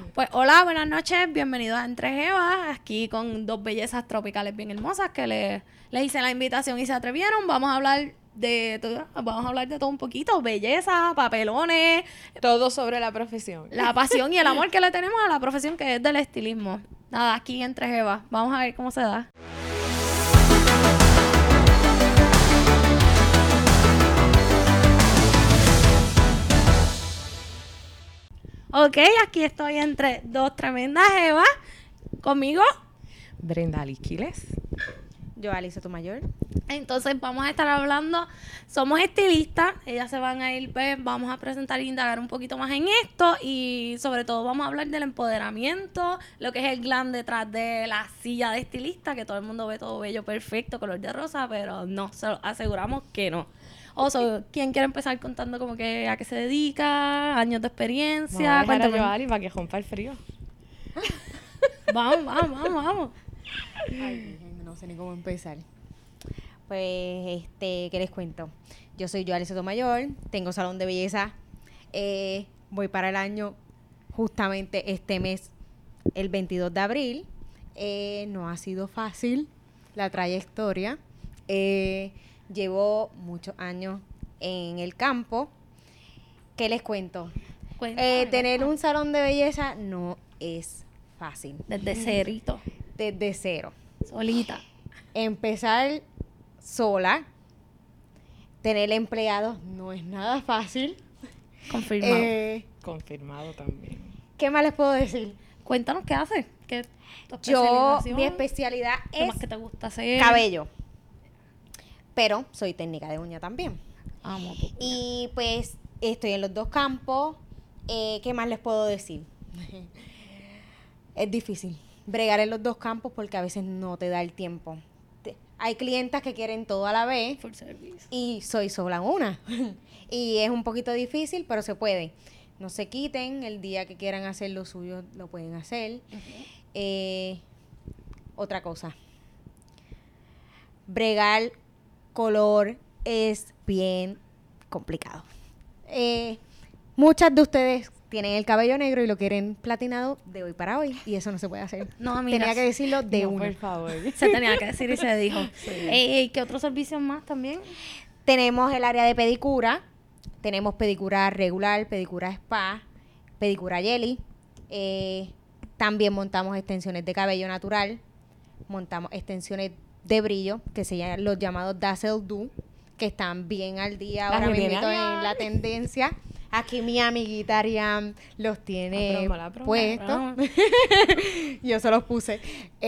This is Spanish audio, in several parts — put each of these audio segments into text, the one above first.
Pues hola, buenas noches, bienvenidos a Entre Jevas, aquí con dos bellezas tropicales bien hermosas que les hice la invitación y se atrevieron. Vamos a hablar de todo un poquito, belleza, papelones, todo sobre la profesión. La pasión y el amor que le tenemos a la profesión que es del estilismo. Nada, aquí Entre Jevas, vamos a ver cómo se da. Ok, aquí estoy entre dos tremendas jevas. Conmigo, Brenda Liquiles. Yo, Alicia, tu mayor. entonces vamos a estar hablando, somos estilistas, ellas se van a ir, pues vamos a presentar e indagar un poquito más en esto y sobre todo vamos a hablar del empoderamiento, lo que es el glam detrás de la silla de estilista, que todo el mundo ve todo bello, perfecto, color de rosa, pero no, se lo aseguramos que no. Oso, ¿quién quiere empezar contando como que a qué se dedica, años de experiencia? Vamos a dejar a Ali para que rompa el frío. Vamos. Ay, no sé ni cómo empezar. Pues, ¿qué les cuento? Yo soy Alicia Sotomayor, tengo salón de belleza. Voy para el año justamente este mes, el 22 de abril. No ha sido fácil la trayectoria. Llevo muchos años en el campo. ¿Qué les cuento? Tener un salón de belleza no es fácil. Desde cerito. Desde cero. Solita. Empezar sola, tener empleados no es nada fácil. Confirmado. Confirmado también. ¿Qué más les puedo decir? Cuéntanos qué haces. ¿Qué tu Yo, especialización? mi especialidad ¿Qué es más que te gusta hacer? cabello, pero soy técnica de uña también. Amo tu uña. Y pues estoy en los dos campos. ¿Qué más les puedo decir? Es difícil bregar en los dos campos porque a veces no te da el tiempo. Hay clientas que quieren todo a la vez Full service. y soy sola en una. Y es un poquito difícil, pero se puede. No se quiten, el día que quieran hacer lo suyo, lo pueden hacer. Otra cosa. Bregar color es bien complicado. Muchas de ustedes tienen el cabello negro y lo quieren platinado de hoy para hoy. Y eso no se puede hacer. No, mira. Tenía que decirlo de No, una. por favor. Se tenía que decir y se dijo. Sí. ¿Qué otros servicios más también? Tenemos el área de pedicura. Tenemos pedicura regular, pedicura spa, pedicura jelly. También montamos extensiones de cabello natural. Montamos extensiones de brillo, que se llaman los llamados Dazzle Do, que están bien al día ahora mismo en la tendencia. Aquí mi amiguita Ariam los tiene La promo. puestos. Yo se los puse.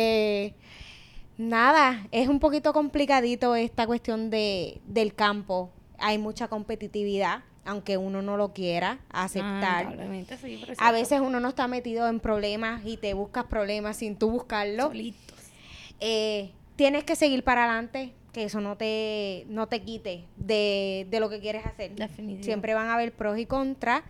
Nada, es un poquito complicadito esta cuestión del campo. Hay mucha competitividad, aunque uno no lo quiera aceptar. Lamentablemente sí, pero es A cierto. veces uno no está metido en problemas y te buscas problemas sin tú buscarlo. Solitos. Tienes que seguir para adelante, que eso no te quite de lo que quieres hacer. Definitivo. Siempre van a haber pros y contras.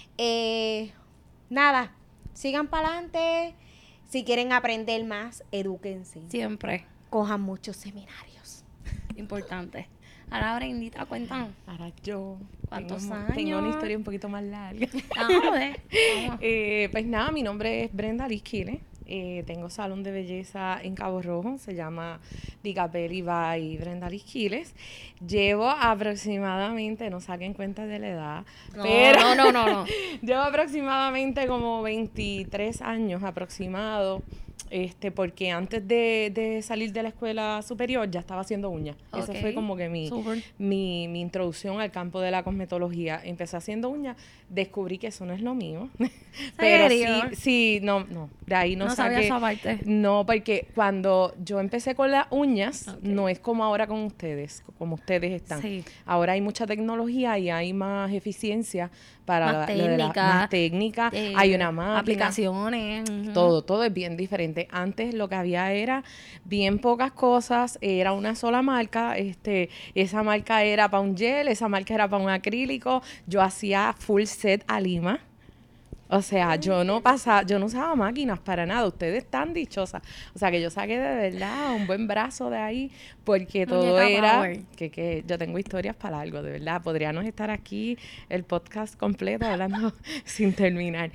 Nada, sigan para adelante. Si quieren aprender más, edúquense. Siempre. Cojan muchos seminarios. Importante. Ahora, Brendita, cuéntanos. Ahora yo. ¿Cuántos tengo años? una historia un poquito más larga. Vamos a ver. Vamos. Pues nada, mi nombre es Brenda Liquiles. Tengo salón de belleza en Cabo Rojo, se llama Dicapelli by Brenda Liquiles. Llevo aproximadamente, no saquen cuenta de la edad, pero No. llevo aproximadamente como 23 años aproximado, porque antes de salir de la escuela superior ya estaba haciendo uñas. Eso Ok. fue como que Súper. mi introducción al campo de la cosmetología. Empecé haciendo uñas, descubrí que eso no es lo mío. Pero ¿Serio? sí, no, de ahí no sabía saqué. esa parte. No, porque cuando yo empecé con las uñas, Ok. no es como ahora con ustedes, como ustedes están. Sí. Ahora hay mucha tecnología y hay más eficiencia para Más lo de más técnica. Hay una máquina. Aplicaciones. Ujú. Todo es bien diferente. Antes lo que había era bien pocas cosas, era una sola marca, esa marca era para un gel, esa marca era para un acrílico. Yo hacía full set a Lima. O sea, yo no usaba máquinas para nada. Ustedes están dichosas. O sea, que yo saqué de verdad un buen brazo de ahí porque todo Muñeca era... power. Que yo tengo historias para algo, de verdad. Podríamos estar aquí el podcast completo hablando sin terminar.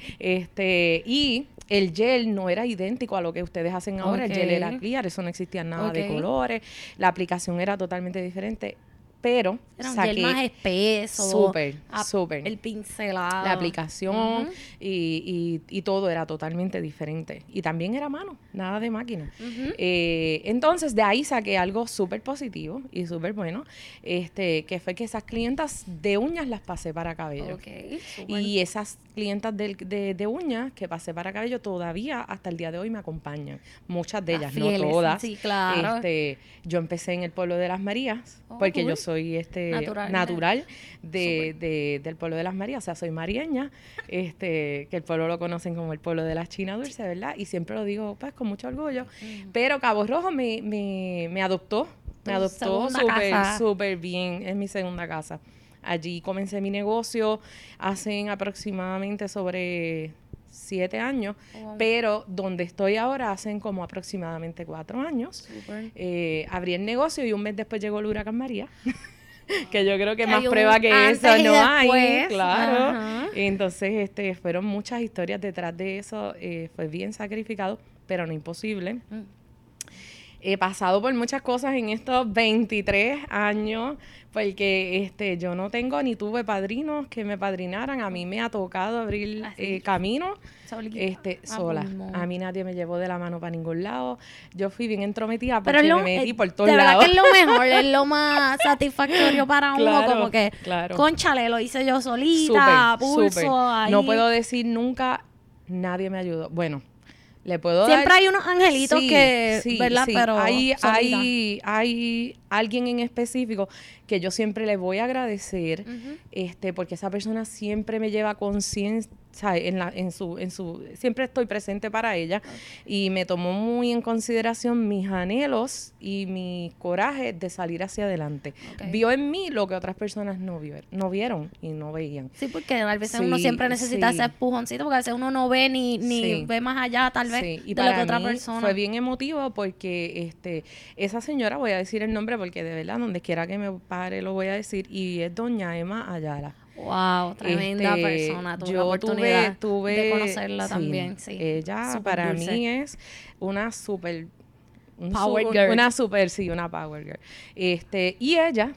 Y el gel no era idéntico a lo que ustedes hacen ahora. Ok. El gel era clear, eso no existía nada de Ok. colores. La aplicación era totalmente diferente. Pero Era un saqué gel más espeso. súper. El pincelado. la aplicación Ujú. y todo era totalmente diferente. Y también era a mano, nada de máquina. Ujú. Entonces, de ahí saqué algo súper positivo y súper bueno, que fue que esas clientas de uñas las pasé para cabello. Ok, súper. Y esas clientas de uñas que pasé para cabello todavía hasta el día de hoy me acompañan. Muchas de ellas, Las no fieles, todas. sí, claro. Yo empecé en el pueblo de las Marías, Oh, porque yo cool. soy Natural. del pueblo de las Marías, o sea, soy marieña, que el pueblo lo conocen como el pueblo de las Chinas Dulces, ¿verdad? Y siempre lo digo, pues, con mucho orgullo. Pero Cabo Rojo me adoptó. Me Tu adoptó segunda casa. súper bien. Es mi segunda casa. Allí comencé mi negocio hace aproximadamente sobre 7 años, Wow. pero donde estoy ahora hacen como aproximadamente 4 años. Súper. Abrí el negocio y un mes después llegó el huracán María. Que yo creo que Que más hay un prueba que antes eso y no hay, después. claro. Ajá. Entonces, fueron muchas historias detrás de eso. Fue bien sacrificado, pero no imposible. Mm. He pasado por muchas cosas en estos 23 años, porque yo no tengo ni tuve padrinos que me padrinaran. A mí me ha tocado abrir Así. camino Solita. sola. Pues no. A mí nadie me llevó de la mano para ningún lado. Yo fui bien entrometida Pero porque es me metí por todos de verdad lados. que es lo mejor, es lo más satisfactorio para uno, Claro, como que, claro. cónchale, lo hice yo solita, pulso, súper. ahí. No puedo decir nunca, nadie me ayudó. Bueno, le puedo Siempre dar... hay unos angelitos que, ¿verdad? Sí. Pero solita. Hay alguien en específico que yo siempre le voy a agradecer, Ujú. porque esa persona siempre me lleva conciencia, ¿sabes? Siempre estoy presente para ella y me tomó muy en consideración mis anhelos y mi coraje de salir hacia adelante. Ok. Vio en mí lo que otras personas no vieron y no veían. Sí, porque a veces Sí, uno siempre necesita sí. ese empujoncito, porque a veces uno no ve ni Sí. ve más allá, tal vez, Sí, y de lo que para otra mí persona. fue bien emotivo porque esa señora, voy a decir el nombre porque de verdad donde quiera que me pare lo voy a decir, y es doña Emma Ayala. Wow, tremenda persona. Tuve la oportunidad de conocerla sí, también, sí. Ella Súper para dulce. mí es una super Power girl. una power girl. Y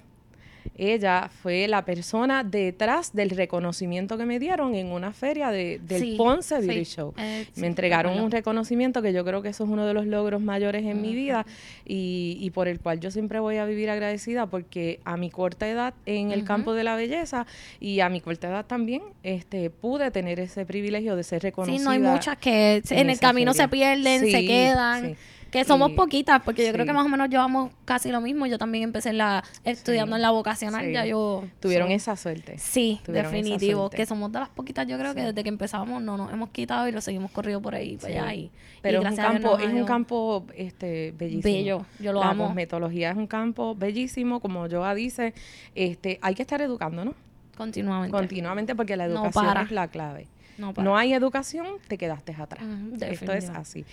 ella fue la persona detrás del reconocimiento que me dieron en una feria del Sí, Ponce sí. Beauty Show. Sí, Me entregaron recuerdo. un reconocimiento que yo creo que eso es uno de los logros mayores en mi vida y por el cual yo siempre voy a vivir agradecida porque a mi corta edad en el campo de la belleza y a mi corta edad también pude tener ese privilegio de ser reconocida. Sí, no hay muchas que en el esa camino feria. se pierden, se Sí, quedan. sí. Que somos Y- poquitas, porque yo creo sí. que más o menos llevamos casi lo mismo. Yo también empecé estudiando Sí. en la vocacional. Sí. Ya yo... Tuvieron soy- esa suerte. Sí, Tuvieron esa definitivo. suerte. Que somos de las poquitas, yo creo que desde que empezamos no nos hemos quitado y lo seguimos corrido por ahí, para Sí. allá. Y Pero es un gracias a Dios campo, nos ha es un ido campo bellísimo. bello. Yo lo La amo cosmetología es un campo bellísimo, como Joa dice, hay que estar educando, ¿no? continuamente. Continuamente porque la No educación para. es la clave. No para. No hay educación, te quedaste atrás. Ujú, Esto es definitivo. así.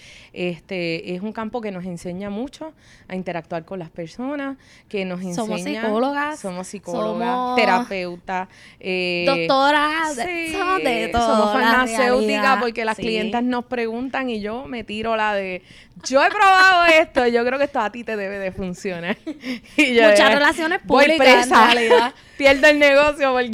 Es un campo que nos enseña mucho a interactuar con las personas, que nos enseña... Somos psicólogas, Somos psicólogas, somos terapeutas. Doctoras, Sí, somos de todo. somos la farmacéuticas realidad. porque las Sí. clientas nos preguntan y yo me tiro la de... Yo he probado esto y yo creo que esto a ti te debe de funcionar. Y yo, Muchas relaciones voy públicas, en presa, realidad. pierdo el negocio porque...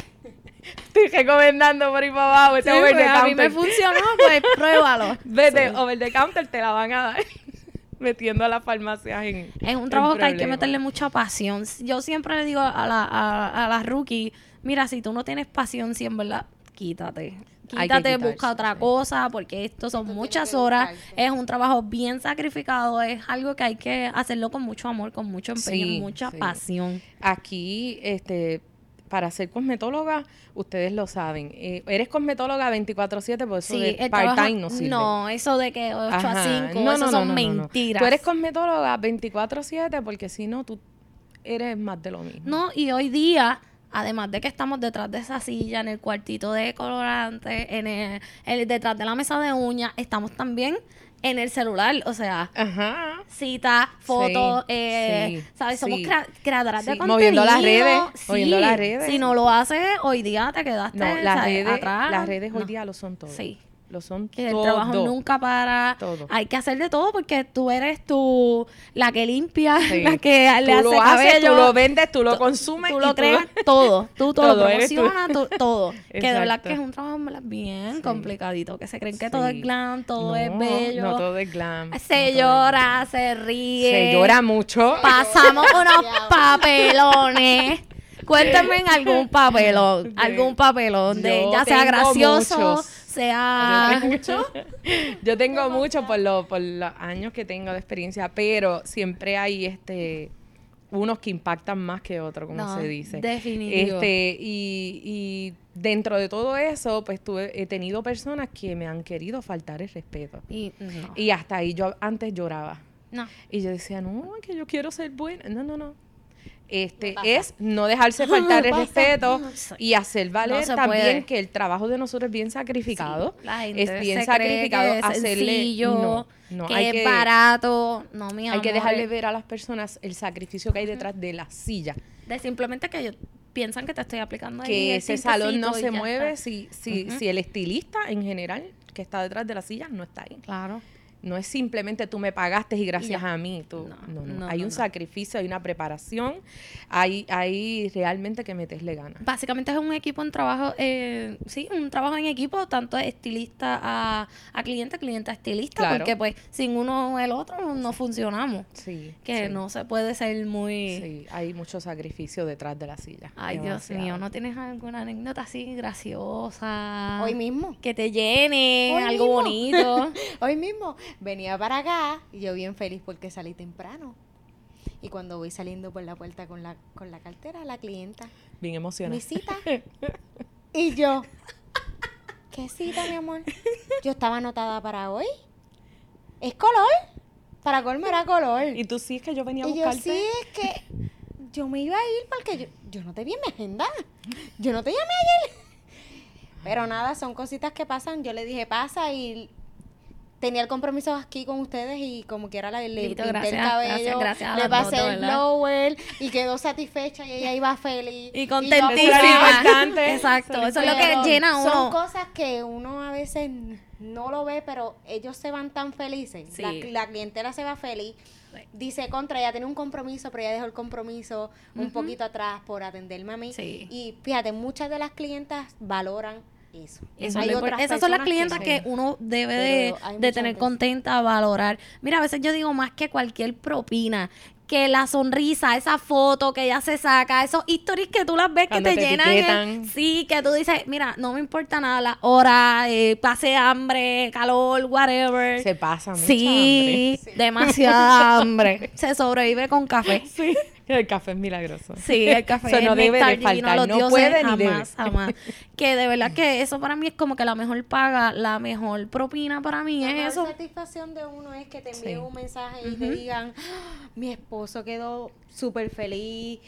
Estoy recomendando por ahí para abajo. Sí, Este over pues, the a mí me counter. funcionó, pues pruébalo. Vete, over the counter te la van a dar. Metiendo a las farmacias en Es un en trabajo que hay que problemas. meterle mucha pasión. Yo siempre le digo a la rookie, mira, si tú no tienes pasión, si en verdad, quítate. Hay que Quítate, busca quitarse, otra sí. cosa, porque esto son muchas horas. Es un trabajo bien sacrificado. Es algo que hay que hacerlo con mucho amor, con mucho empeño, Sí, mucha sí. pasión. Aquí, para ser cosmetóloga, ustedes lo saben. Eres cosmetóloga 24/7, por eso Sí, de el part-time trabajo- no sirve. No, eso de que 8 a Ajá. 5, No, eso no, son no, no, no. mentiras. Tú eres cosmetóloga 24/7 porque si no, tú eres más de lo mismo. No, y hoy día además de que estamos detrás de esa silla, en el cuartito de colorante, en el detrás de la mesa de uñas, estamos también en el celular, o sea, Ajá. citas, fotos, sí, ¿sabes? Somos sí. creadoras de Sí, contenido. moviendo las redes, Sí. moviendo las redes. Si no lo haces, hoy día te quedaste, No, las ¿sabes? redes, atrás. las redes hoy No. día lo son todo. Sí. Lo son Que todo. el trabajo nunca para. Todo. Hay que hacer de todo porque tú eres la que limpia, Sí. la que le Tú hace lo haces, cabello. tú lo vendes, tú lo consumes. Tú y lo creas todo. Tú todo Todo, lo eres tú. promocionas, todo. Que de verdad Exacto. que es un trabajo en verdad, bien Sí. complicadito. Que se creen que todo Sí. es glam, todo No, es bello. No todo es glam. no todo Se es llora, se ríe. Se llora mucho. Pasamos unos papelones. Cuéntame en algún papelón. Algún papelón de Yo ya sea tengo gracioso, muchos. sea. Yo tengo mucho por los años que tengo de experiencia, pero siempre hay unos que impactan más que otros, como No, se dice. definitivo. Y dentro de todo eso, pues he tenido personas que me han querido faltar el respeto. Y no. Y hasta ahí yo antes lloraba. No. Y yo decía, no, que yo quiero ser buena. No. pasa. Es no dejarse faltar el Pasa. respeto y hacer valer No se también puede. que el trabajo de nosotros es bien sacrificado. Sí, la gente es bien se cree sacrificado que es hacerle. sencillo, No, que hay es que, barato. No, mi hay que amor, dejarle ver a las personas el sacrificio que hay detrás de la silla. de simplemente que ellos piensan que te estoy aplicando ahí Que el ese salón no tintecito y se ya mueve está. si el estilista en general que está detrás de la silla no está ahí. Claro. No es simplemente tú me pagaste y gracias ya. a mí. No, Hay un sacrificio, hay una preparación, hay realmente que meterle ganas. Básicamente es un equipo en trabajo, sí, un trabajo en equipo, tanto estilista a cliente, cliente a estilista, Claro. porque pues sin uno o el otro no funcionamos. Sí. Que sí, no se puede ser muy... Sí, hay mucho sacrificio detrás de la silla. Ay, Dios demasiado. mío, ¿no tienes alguna anécdota así graciosa? Hoy mismo. Que te llene, Hoy algo mismo. bonito. Hoy mismo venía para acá y yo bien feliz porque salí temprano. Y cuando voy saliendo por la puerta con la cartera, la clienta, Bien mi emocionada. cita. Y yo, ¿qué cita, mi amor? Yo estaba anotada para hoy. ¿Es color? Para colmo era color. Y tú sí es que yo venía a Y yo buscarte. sí, es que yo me iba a ir porque yo no te vi en mi agenda. Yo no te llamé ayer. Pero nada, son cositas que pasan. Yo le dije, pasa y tenía el compromiso aquí con ustedes y como quiera le Lito, pinté gracias, el cabello, gracias a le las pasé dos, de el verdad. blower y quedó satisfecha y ella iba feliz. Y yo contentísima. Eso era lo importante. Exacto, eso es lo pero que llena a son uno. cosas que uno a veces no lo ve, pero ellos se van tan felices. Sí. La clientela se va feliz. Dice, contra, ella tiene un compromiso, pero ella dejó el compromiso un poquito atrás por atenderme a mí. Sí. Y fíjate, muchas de las clientas valoran eso. Eso Hay es lo otras esas son las personas clientas que sí. uno debe Pero hay de mucha tener gente. contenta, valorar. Mira, a veces yo digo más que cualquier propina, que la sonrisa, esa foto que ella se saca, esos stories que tú las ves Cuando que te te llenan. etiquetan. Sí, que tú dices, mira, no me importa nada, la hora, pase hambre, calor, whatever. Se pasa mucha Sí, demasiada hambre. Se sobrevive con café. hambre. Sí. El café es milagroso. Sí, el café Eso no es debe néctar de divino de faltar. los No dioses, puede ni debe. jamás. Que de verdad que eso para mí es como que la mejor paga, la mejor propina para mí La es mejor eso. satisfacción de uno es que te envíen Sí. un mensaje y te digan, "Ah, mi esposo quedó súper feliz,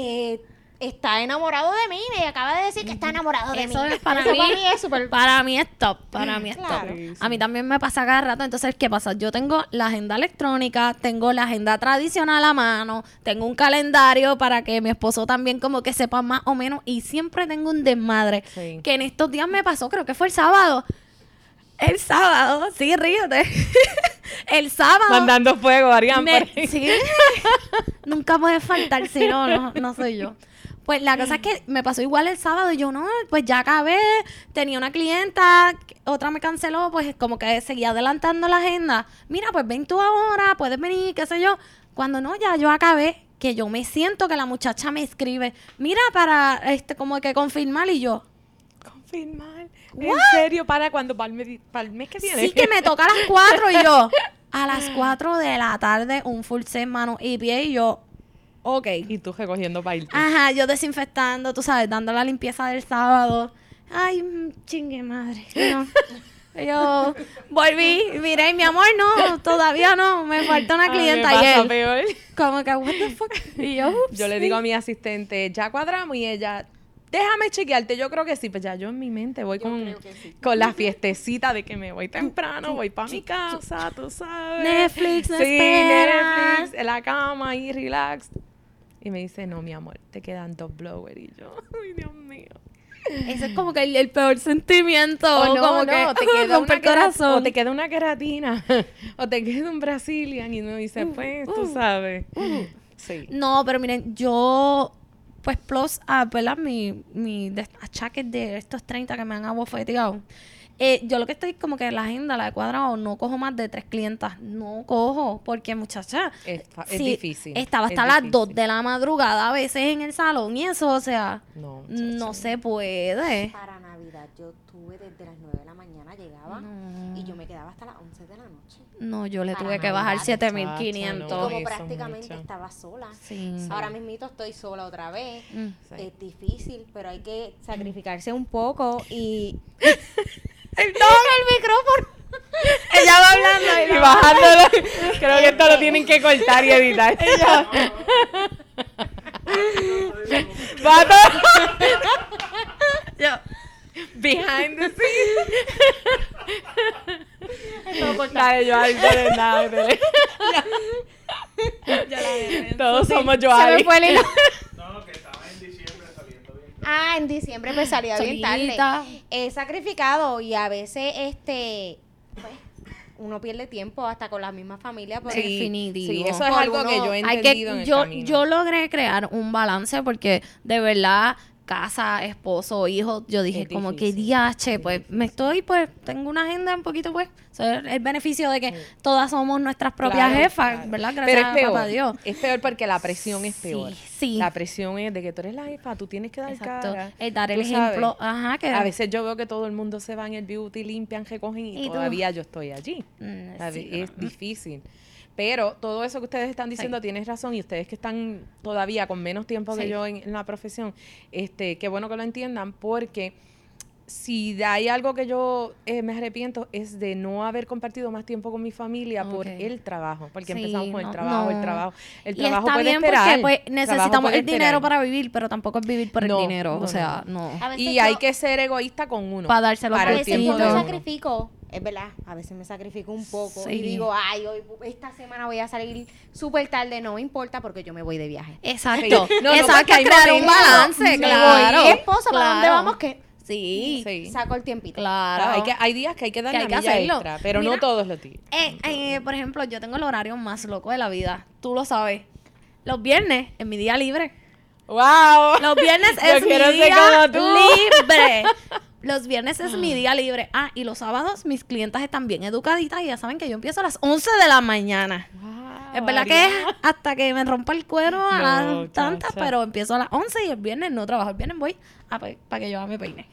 está enamorado de mí, me acaba de decir que está enamorado de Eso mí. es para Eso mí, es súper... para mí es top, para mí es Claro. top. Sí, sí. A mí también me pasa cada rato, entonces ¿qué pasa? Yo tengo la agenda electrónica, tengo la agenda tradicional a mano, tengo un calendario para que mi esposo también como que sepa más o menos y siempre tengo un desmadre. Sí. Que en estos días me pasó, creo que fue el sábado. El sábado, sí, ríete. El sábado. Mandando fuego, Arián. por ahí. Sí. Nunca puede faltar, si no soy yo. Pues la cosa es que me pasó igual el sábado y yo, no, pues ya acabé, tenía una clienta, otra me canceló, pues como que seguía adelantando la agenda. Mira, pues ven tú ahora, puedes venir, qué sé yo. Cuando no, ya yo acabé, que yo me siento que la muchacha me escribe, mira, para como que confirmar y yo, Confirmar. ¿En serio? ¿Para cuándo? ¿Para el mes que viene? sí que me toca a las 4 y yo, a las 4 de la tarde, un full set, mano y pie y yo, ok. Y tú recogiendo para irte. Ajá, yo desinfectando, tú sabes, dando la limpieza del sábado. Ay, chingue madre. No. Yo volví, miré, mi amor, no, todavía no, me falta una Ay, clienta me y pasa él, peor. como que, what the fuck, y yo, Yo le digo a mi asistente, ya cuadramos y ella, déjame chequearte, yo creo que sí. Pues ya yo en mi mente voy con la fiestecita de que me voy temprano, voy para mi casa, tú sabes. Netflix, no sí, esperas. Netflix, en la cama ahí, relax. Y me dice, no, mi amor, te quedan 2 blowers. Y yo, ay, Dios mío. Ese es como que el peor sentimiento. O no, como no, que te queda rompe el corazón. o te queda una queratina, o te queda un Brazilian. Y uno dice, pues, tú sabes. Sí. No, pero miren, yo, pues, plus a, ¿verdad? Mi achaques de estos 30 que me han abofeteado. Yo lo que estoy como que la agenda la he cuadrado, no cojo más de 3 clientas, no cojo, porque muchacha, Es sí, difícil. estaba hasta es las difícil. 2 de la madrugada a veces en el salón y eso, o sea, No, no muchacha. se puede. Para Navidad yo tuve desde las 9 de la mañana, llegaba y yo me quedaba hasta las 11 de la noche. No, yo le Para tuve que bajar Navidad, 7,500. No, Como eso prácticamente mucho. estaba sola. Sí. Ahora mismito estoy sola otra vez. Mm. Sí. Es difícil, pero hay que sacrificarse un poco y... ¡El micrófono! Ella va hablando y bajándolo. Creo que esto lo tienen que cortar y editar. Va todo. Yo, Behind the scenes. Dale, yo de nada. Todos somos Se me Joali. fue el hilo. No, que estaba en diciembre saliendo bien. Ah, en diciembre me salía bien Solita. tarde. He sacrificado y a veces pues, uno pierde tiempo hasta con la misma familia. Porque Sí. Definitivo. Sí, eso es Por algo uno- que yo he hay entendido en que el yo camino. logré crear un balance porque de verdad casa, esposo, hijo, yo dije Es como que difícil. diache, pues tengo una agenda un poquito pues, o sea, el beneficio de que todas somos nuestras propias Claro, jefas, claro. ¿verdad? Pero Gracias es peor. a papá Dios. Es peor porque la presión es Sí, peor. sí. La presión es de que tú eres la jefa, tú tienes que dar Exacto. cara. El dar tú el ejemplo, sabes. ajá, que A veces yo veo que todo el mundo se va en el beauty, limpian, recogen y, ¿Y tú? todavía yo estoy allí. ¿Sabes? sí, Es difícil. Pero todo eso que ustedes están diciendo, tienes razón, y ustedes que están todavía con menos tiempo que Sí. yo en la profesión, qué bueno que lo entiendan, porque si hay algo que yo me arrepiento es de no haber compartido más tiempo con mi familia por Ok. el trabajo, porque Sí, empezamos con no, el trabajo, no. el trabajo. El Y trabajo está puede bien esperar. porque pues el trabajo necesitamos puede el dinero esperar. para vivir, pero tampoco es vivir por el No, dinero, no, o sea, no. no. A veces Y yo- hay que ser egoísta con uno. Para dárselo para A el veces tiempo yo de me uno. sacrifico, es verdad, a veces me sacrifico un poco Sí. y digo, ay, hoy esta semana voy a salir súper tarde, no me importa porque yo me voy de viaje. Exacto. Sí. No, no, Exacto, porque hay crear un momentos- balance, Me claro. voy, esposo, ¿para dónde claro. vamos? Que Sí, Sí. saco el tiempito. claro. Hay días que hay que dar Que la hay que milla hacerlo. extra, pero Mira, no todos los días. Por ejemplo, yo tengo el horario más loco de la vida. Tú lo sabes. Los viernes es mi día libre. ¡Wow! Los viernes Yo es mi quiero ser día como tú. libre. Los viernes es mi día libre. Ah, y los sábados mis clientas están bien educaditas y ya saben que yo empiezo a las 11 de la mañana. Es verdad que es hasta que me rompa el cuero a No, las tantas, chacha. pero empiezo a las 11 y el viernes no trabajo. El viernes voy para que yo me peine.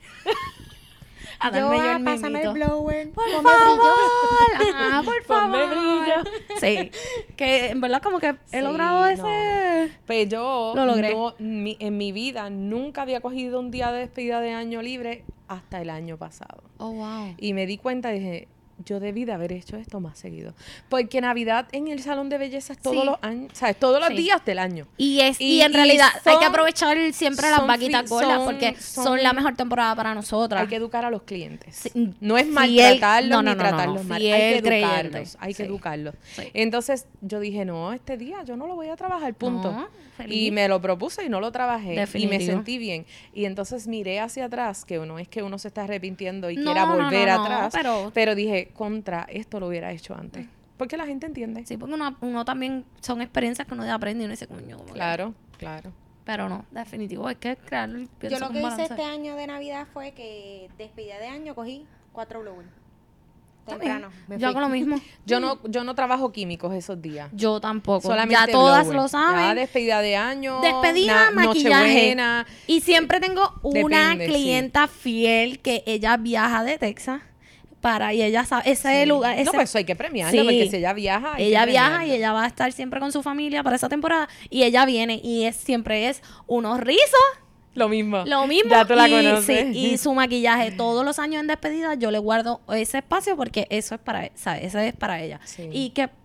A Yo darme yo el pásame el mimito. blower, Por ponme favor, brillo. ajá, por Ponme favor. brillo. Sí, que en verdad como que he Sí, logrado no. ese... Pues yo Lo logré. en mi vida nunca había cogido un día de despedida de año libre hasta el año pasado. Oh, wow. Y me di cuenta y dije, yo debí de haber hecho esto más seguido. Porque Navidad en el salón de belleza es todos Sí. los años, ¿sabes? Todos los Sí. días del año. Y Y- en y realidad hay son- que aprovechar siempre las son vaquitas fi- gordas son- porque son- son la mejor temporada para nosotras. Hay que educar a los clientes. Sí, No es fiel- maltratarlos no, ni no, no, tratarlos no, mal. fiel Hay que creyente. educarlos. Hay que Sí. educarlos. Sí. Entonces yo dije, no, este día yo no lo voy a trabajar, punto. No, feliz. Y me lo propuse y no lo trabajé. Y me Definitivo. sentí bien. Y entonces miré hacia atrás, que no es que uno se está arrepintiendo y No, quiera no, volver no, no, atrás. pero- dije, contra, esto lo hubiera hecho antes. Porque la gente entiende. Sí, porque uno también son experiencias que uno aprende y uno dice, coño, como que- Claro, claro. Pero no, definitivo, hay que crear Yo lo que hice este año de Navidad fue que despedida de año cogí 4 blowers. Temprano. me Yo fui. hago lo mismo. Yo no trabajo químicos esos días. Yo tampoco. Solamente ya todas blower. lo saben. Ya despedida de año. Despedida, maquillaje. Nochebuena. Y siempre tengo una Depende, clienta fiel que ella viaja de Texas y ella sabe ese Sí. lugar. No, ese- pues eso hay que premiarlo, Sí. porque si ella viaja, hay que ella viaja y premiarla. ella va a estar siempre con su familia para esa temporada y ella viene y siempre es unos rizos, Lo mismo. lo mismo Ya tú la y, conoces. sí, y su maquillaje todos los años en despedida yo le guardo ese espacio porque eso es para, ¿sabes? Eso es para ella. Sí. Y que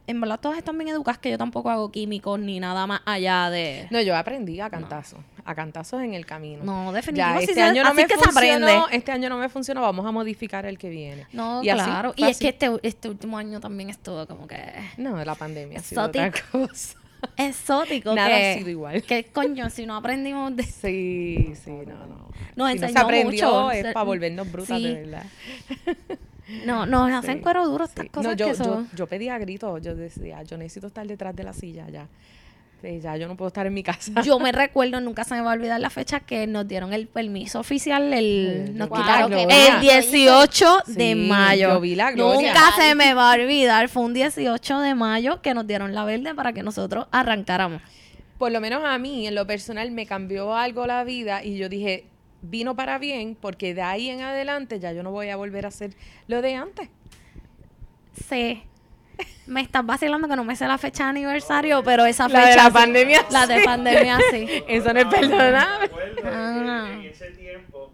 en verdad todas están bien educadas, que yo tampoco hago químicos ni nada más allá de... No, yo aprendí a cantazos en el camino. No, Ya, definitivamente. este año no así me que se aprende. funcionó, este año no me funcionó, vamos a modificar el que viene. No, Y así, claro. fue Y es así. que este último año también estuvo como que No, la pandemia ha sido otra exótico. cosa. Exótico. Nada que, ha sido igual. ¿Qué coño? Si no aprendimos de... Sí, no. Nos Si no se enseñó aprendió mucho. es para volvernos brutas, Sí. de verdad. No, nos hacen Sí. cuero duro estas Sí. cosas No, yo, que son... yo pedía gritos, yo decía, yo necesito estar detrás de la silla ya. Sí, ya yo no puedo estar en mi casa. Yo me recuerdo, nunca se me va a olvidar la fecha que nos dieron el permiso oficial, nos Wow, quitaron qué el gloria. 18 de Sí, mayo. yo vi la gloria. Nunca se me va a olvidar, fue un 18 de mayo que nos dieron la verde para que nosotros arrancáramos. Por lo menos a mí, en lo personal, me cambió algo la vida y yo dije, vino para bien, porque de ahí en adelante ya yo no voy a volver a hacer lo de antes. Sí. Me estás vacilando que no me sé la fecha de aniversario, pero esa La fecha... de la sí. pandemia, La de sí. pandemia, sí. Eso no es perdonable. Recuerdo Ah. que en ese tiempo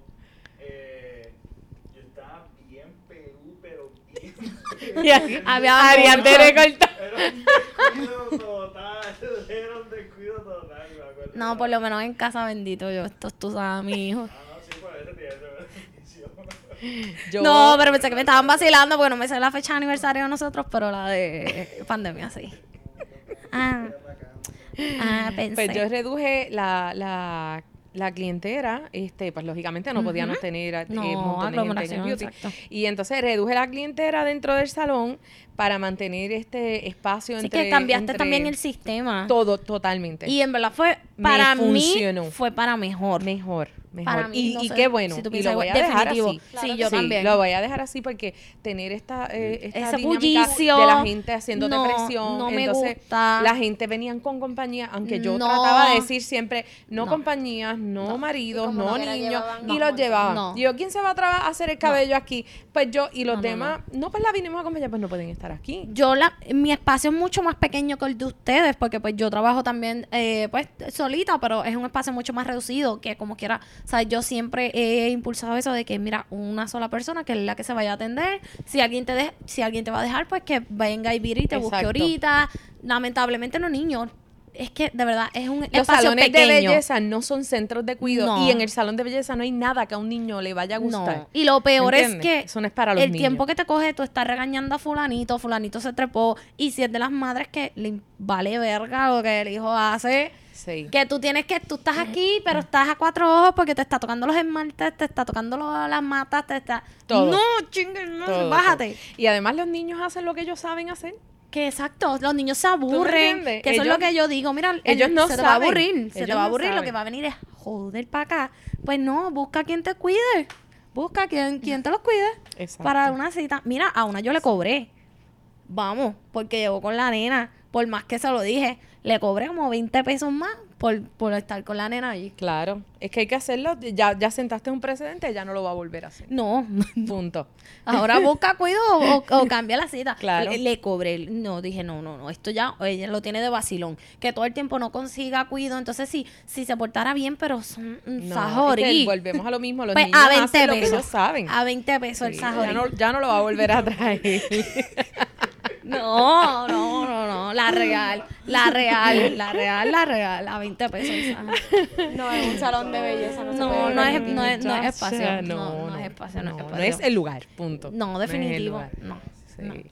yo estaba bien Perú, pero bien Y aquí, Había Arián mucho. te recortó. Era un descuido total, me acuerdo. No, por lo menos en casa, bendito yo. Esto tú sabes, mi hijo. Ah, no, sí, por eso tiene esa bendición. Yo- No, pero pensé que me estaban vacilando porque no me sé la fecha de aniversario de nosotros, pero la de pandemia sí. Pensé. Pues yo reduje la clientela, pues lógicamente no podíamos tener No, un montón de gente en el aglomeración, beauty. exacto. Y entonces reduje la clientela dentro del salón para mantener este espacio Así entre... que cambiaste entre también el sistema. todo, totalmente. Y en verdad fue, Me para mí, funcionó. fue para mejor. Mejor. Para mí, no y sé qué bueno. si tú Y piensas lo voy a igual. dejar Definitivo. así. Sí, yo también. Lo voy a dejar así porque tener esta Ese dinámica bullicio, de la gente haciéndote no, presión. no me entonces, gusta. la gente venían con compañía, aunque yo No. trataba de decir siempre, no, No. compañías, no maridos, Y como no quiera niños, llevaban y más los bolsas. llevaban. No. Y yo, ¿quién se va a hacer el cabello aquí? Pues yo, y los No, no, demás, no, pues la vinimos a acompañar, pues no pueden estar aquí. Mi espacio es mucho más pequeño que el de ustedes, porque pues yo trabajo también pues solita, pero es un espacio mucho más reducido, que como quiera, o sea, yo siempre he impulsado eso de que mira, una sola persona que es la que se vaya a atender, si alguien te va a dejar, pues que venga y vire y te busque Exacto. ahorita. Lamentablemente los niños, es que de verdad es un Los espacio salones pequeño. de belleza no son centros de cuidado No. y en el salón de belleza no hay nada que a un niño le vaya a gustar. No. Y lo peor es ¿Entiendes? que Eso no es para los el niños. tiempo que te coge tú estás regañando a fulanito se trepó, y si es de las madres que le vale verga lo que el hijo hace, Sí. que tú estás aquí, pero estás a 4 ojos porque te está tocando los esmaltes, te está tocando las matas, te está... Todo. No, chingue, no, Todo, bájate. todo. Y además los niños hacen lo que ellos saben hacer. Que exacto, los niños se me aburren, entiendes? que eso es Ellos- lo que yo digo, mira, ellos no se te va a saben. aburrir, se te Ellos va a no aburrir, lo saben. que va a venir es joder para acá. Pues no, busca quien te cuide, busca quien te los cuide. Exacto. Para una cita. Mira, a una yo le cobré. Vamos, porque llegó con la nena. Por más que se lo dije, le cobré como 20 pesos más por estar con la nena allí. Claro. Es que hay que hacerlo. Ya sentaste un precedente, ya no lo va a volver a hacer. No, Punto. ahora busca cuido o cambia la cita. Claro. Le cobré. No, dije, no, esto ya, ella lo tiene de vacilón. Que todo el tiempo no consiga cuido. Entonces, si se portara bien, pero son un No, sajorí. es que volvemos a lo mismo. Los Pues niños a 20 hacen lo que pesos. ellos saben. A 20 pesos el Sí, sajorí. ya no lo va a volver a traer. No, la real, a 20 pesos el sajorí. No, en un salón de belleza no se No, puede no ver es, niños. no es Muchacha, espacio. No es espacio, no es no espacio. es el lugar, punto. No, es el definitivo, lugar. no. Sí.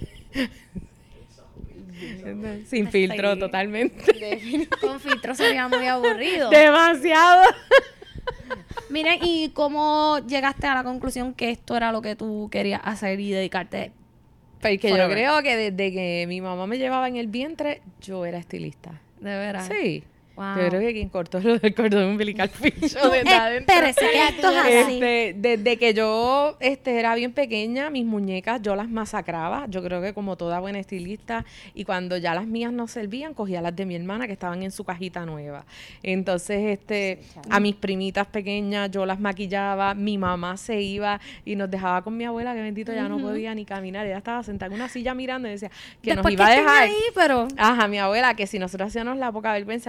Sin filtro, Sí. totalmente. Con filtro sería muy aburrido. Demasiado. Miren, ¿y cómo llegaste a la conclusión que esto era lo que tú querías hacer y dedicarte? Porque yo Forever. creo que desde que mi mamá me llevaba en el vientre, yo era estilista. De veras. Sí. Wow. Yo creo que quien cortó lo del cordón umbilical fui yo desde adentro. Espérese, que esto es así. Desde que yo era bien pequeña, mis muñecas yo las masacraba, yo creo que como toda buena estilista, y cuando ya las mías no servían, cogía las de mi hermana que estaban en su cajita nueva. Entonces, a mis primitas pequeñas yo las maquillaba, mi mamá se iba y nos dejaba con mi abuela, que bendito ya no podía ni caminar, ella estaba sentada en una silla mirando y decía que Después nos iba a que estén dejar. ahí, pero... Ajá, mi abuela, que si nosotros hacíamos la poca vergüenza, lo que ella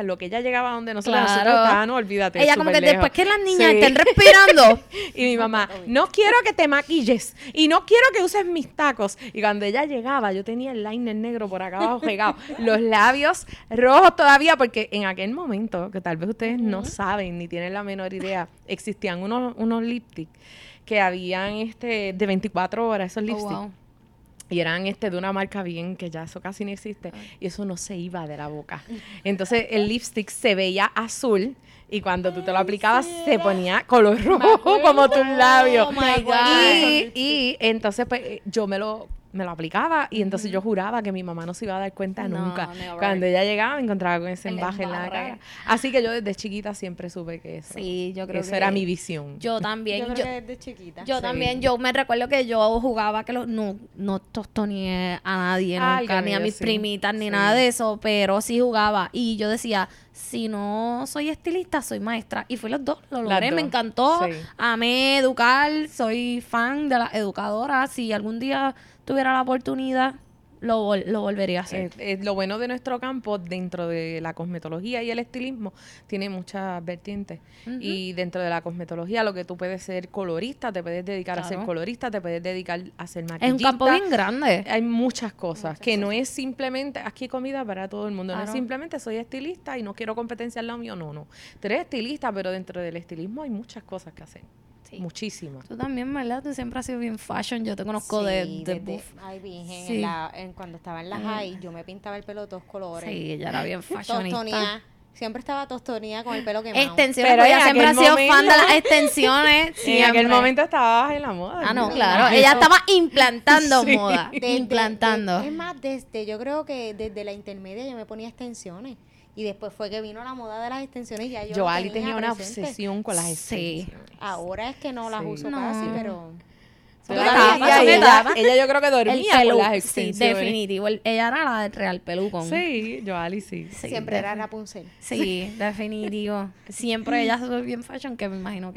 llegaba donde nosotros Claro. estábamos, olvídate. Ella como que súper lejos. después que las niñas Sí. estén respirando. Y mi mamá, no quiero que te maquilles y no quiero que uses mis tacos. Y cuando ella llegaba, yo tenía el liner negro por acá abajo pegado, los labios rojos todavía, porque en aquel momento, que tal vez ustedes no saben ni tienen la menor idea, existían unos lipstick que habían de 24 horas, esos Oh, lipsticks. wow. Y eran de una marca bien, que ya eso casi no existe. Y eso no se iba de la boca. Entonces el lipstick se veía azul. Y cuando tú te lo aplicabas, se ponía color rojo como tus labios. Oh, my God. Y entonces pues yo me lo aplicaba y entonces yo juraba que mi mamá no se iba a dar cuenta No, nunca. never. Cuando ella llegaba me encontraba con ese El embaje en la embarre. cara. Así que yo desde chiquita siempre supe que eso, Sí, yo creo eso que era mi visión. Yo también. Yo Yo, creo que desde chiquita. yo Sí. también. Yo me recuerdo que yo jugaba que no tostoneé a nadie nunca, Ay, ni a yo mis sí. primitas, ni Sí. nada de eso, pero sí jugaba. Y yo decía, si no soy estilista, soy maestra. Y fui los dos, lo Las logré, me dos, encantó. sí. Amé educar, soy fan de las educadoras. Si algún día tuviera la oportunidad, lo volvería a hacer. Lo bueno de nuestro campo dentro de la cosmetología y el estilismo tiene muchas vertientes. Y dentro de la cosmetología lo que tú puedes ser colorista, te puedes dedicar a ser Claro. colorista, te puedes dedicar a ser Es maquillista. un campo bien grande. Hay muchas cosas que no es simplemente, aquí hay comida para todo el mundo, no es Claro. simplemente soy estilista y no quiero competencia al lado mío, no. Tú eres estilista, pero dentro del estilismo hay muchas cosas que hacer. Sí. Muchísimas. Tú también, ¿verdad? Tú siempre has sido bien fashion. Yo te conozco Sí, de desde- buff. Ay, virgen, Sí. cuando estaba en la high, yo me pintaba el pelo de todos colores. Sí, ella era bien fashionista. Tostonía. Siempre estaba tostonía con el pelo quemado. Extensiones, Pero porque en ella siempre ha aquel sido momento- fan de las extensiones. En siempre. aquel momento estabas en la moda. Ah, no, ¿no? claro. Ella estaba implantando Sí. moda. Implantando. es más, yo creo que desde la intermedia yo me ponía extensiones. Y después fue que vino la moda de las extensiones y ya yo lo Joali tenía una presente. obsesión con las Sí. extensiones. Ahora es que no las Sí. uso No. casi, pero... Son Pero etapas, ella, son ella- etapas. ella yo creo que El dormía pelu, con las sí, extensiones. definitivo. Ella era la del Real Pelucón. Sí, Joali sí. Sí, siempre era Rapunzel. Sí, definitivo. Siempre ella fue bien fashion, que me imagino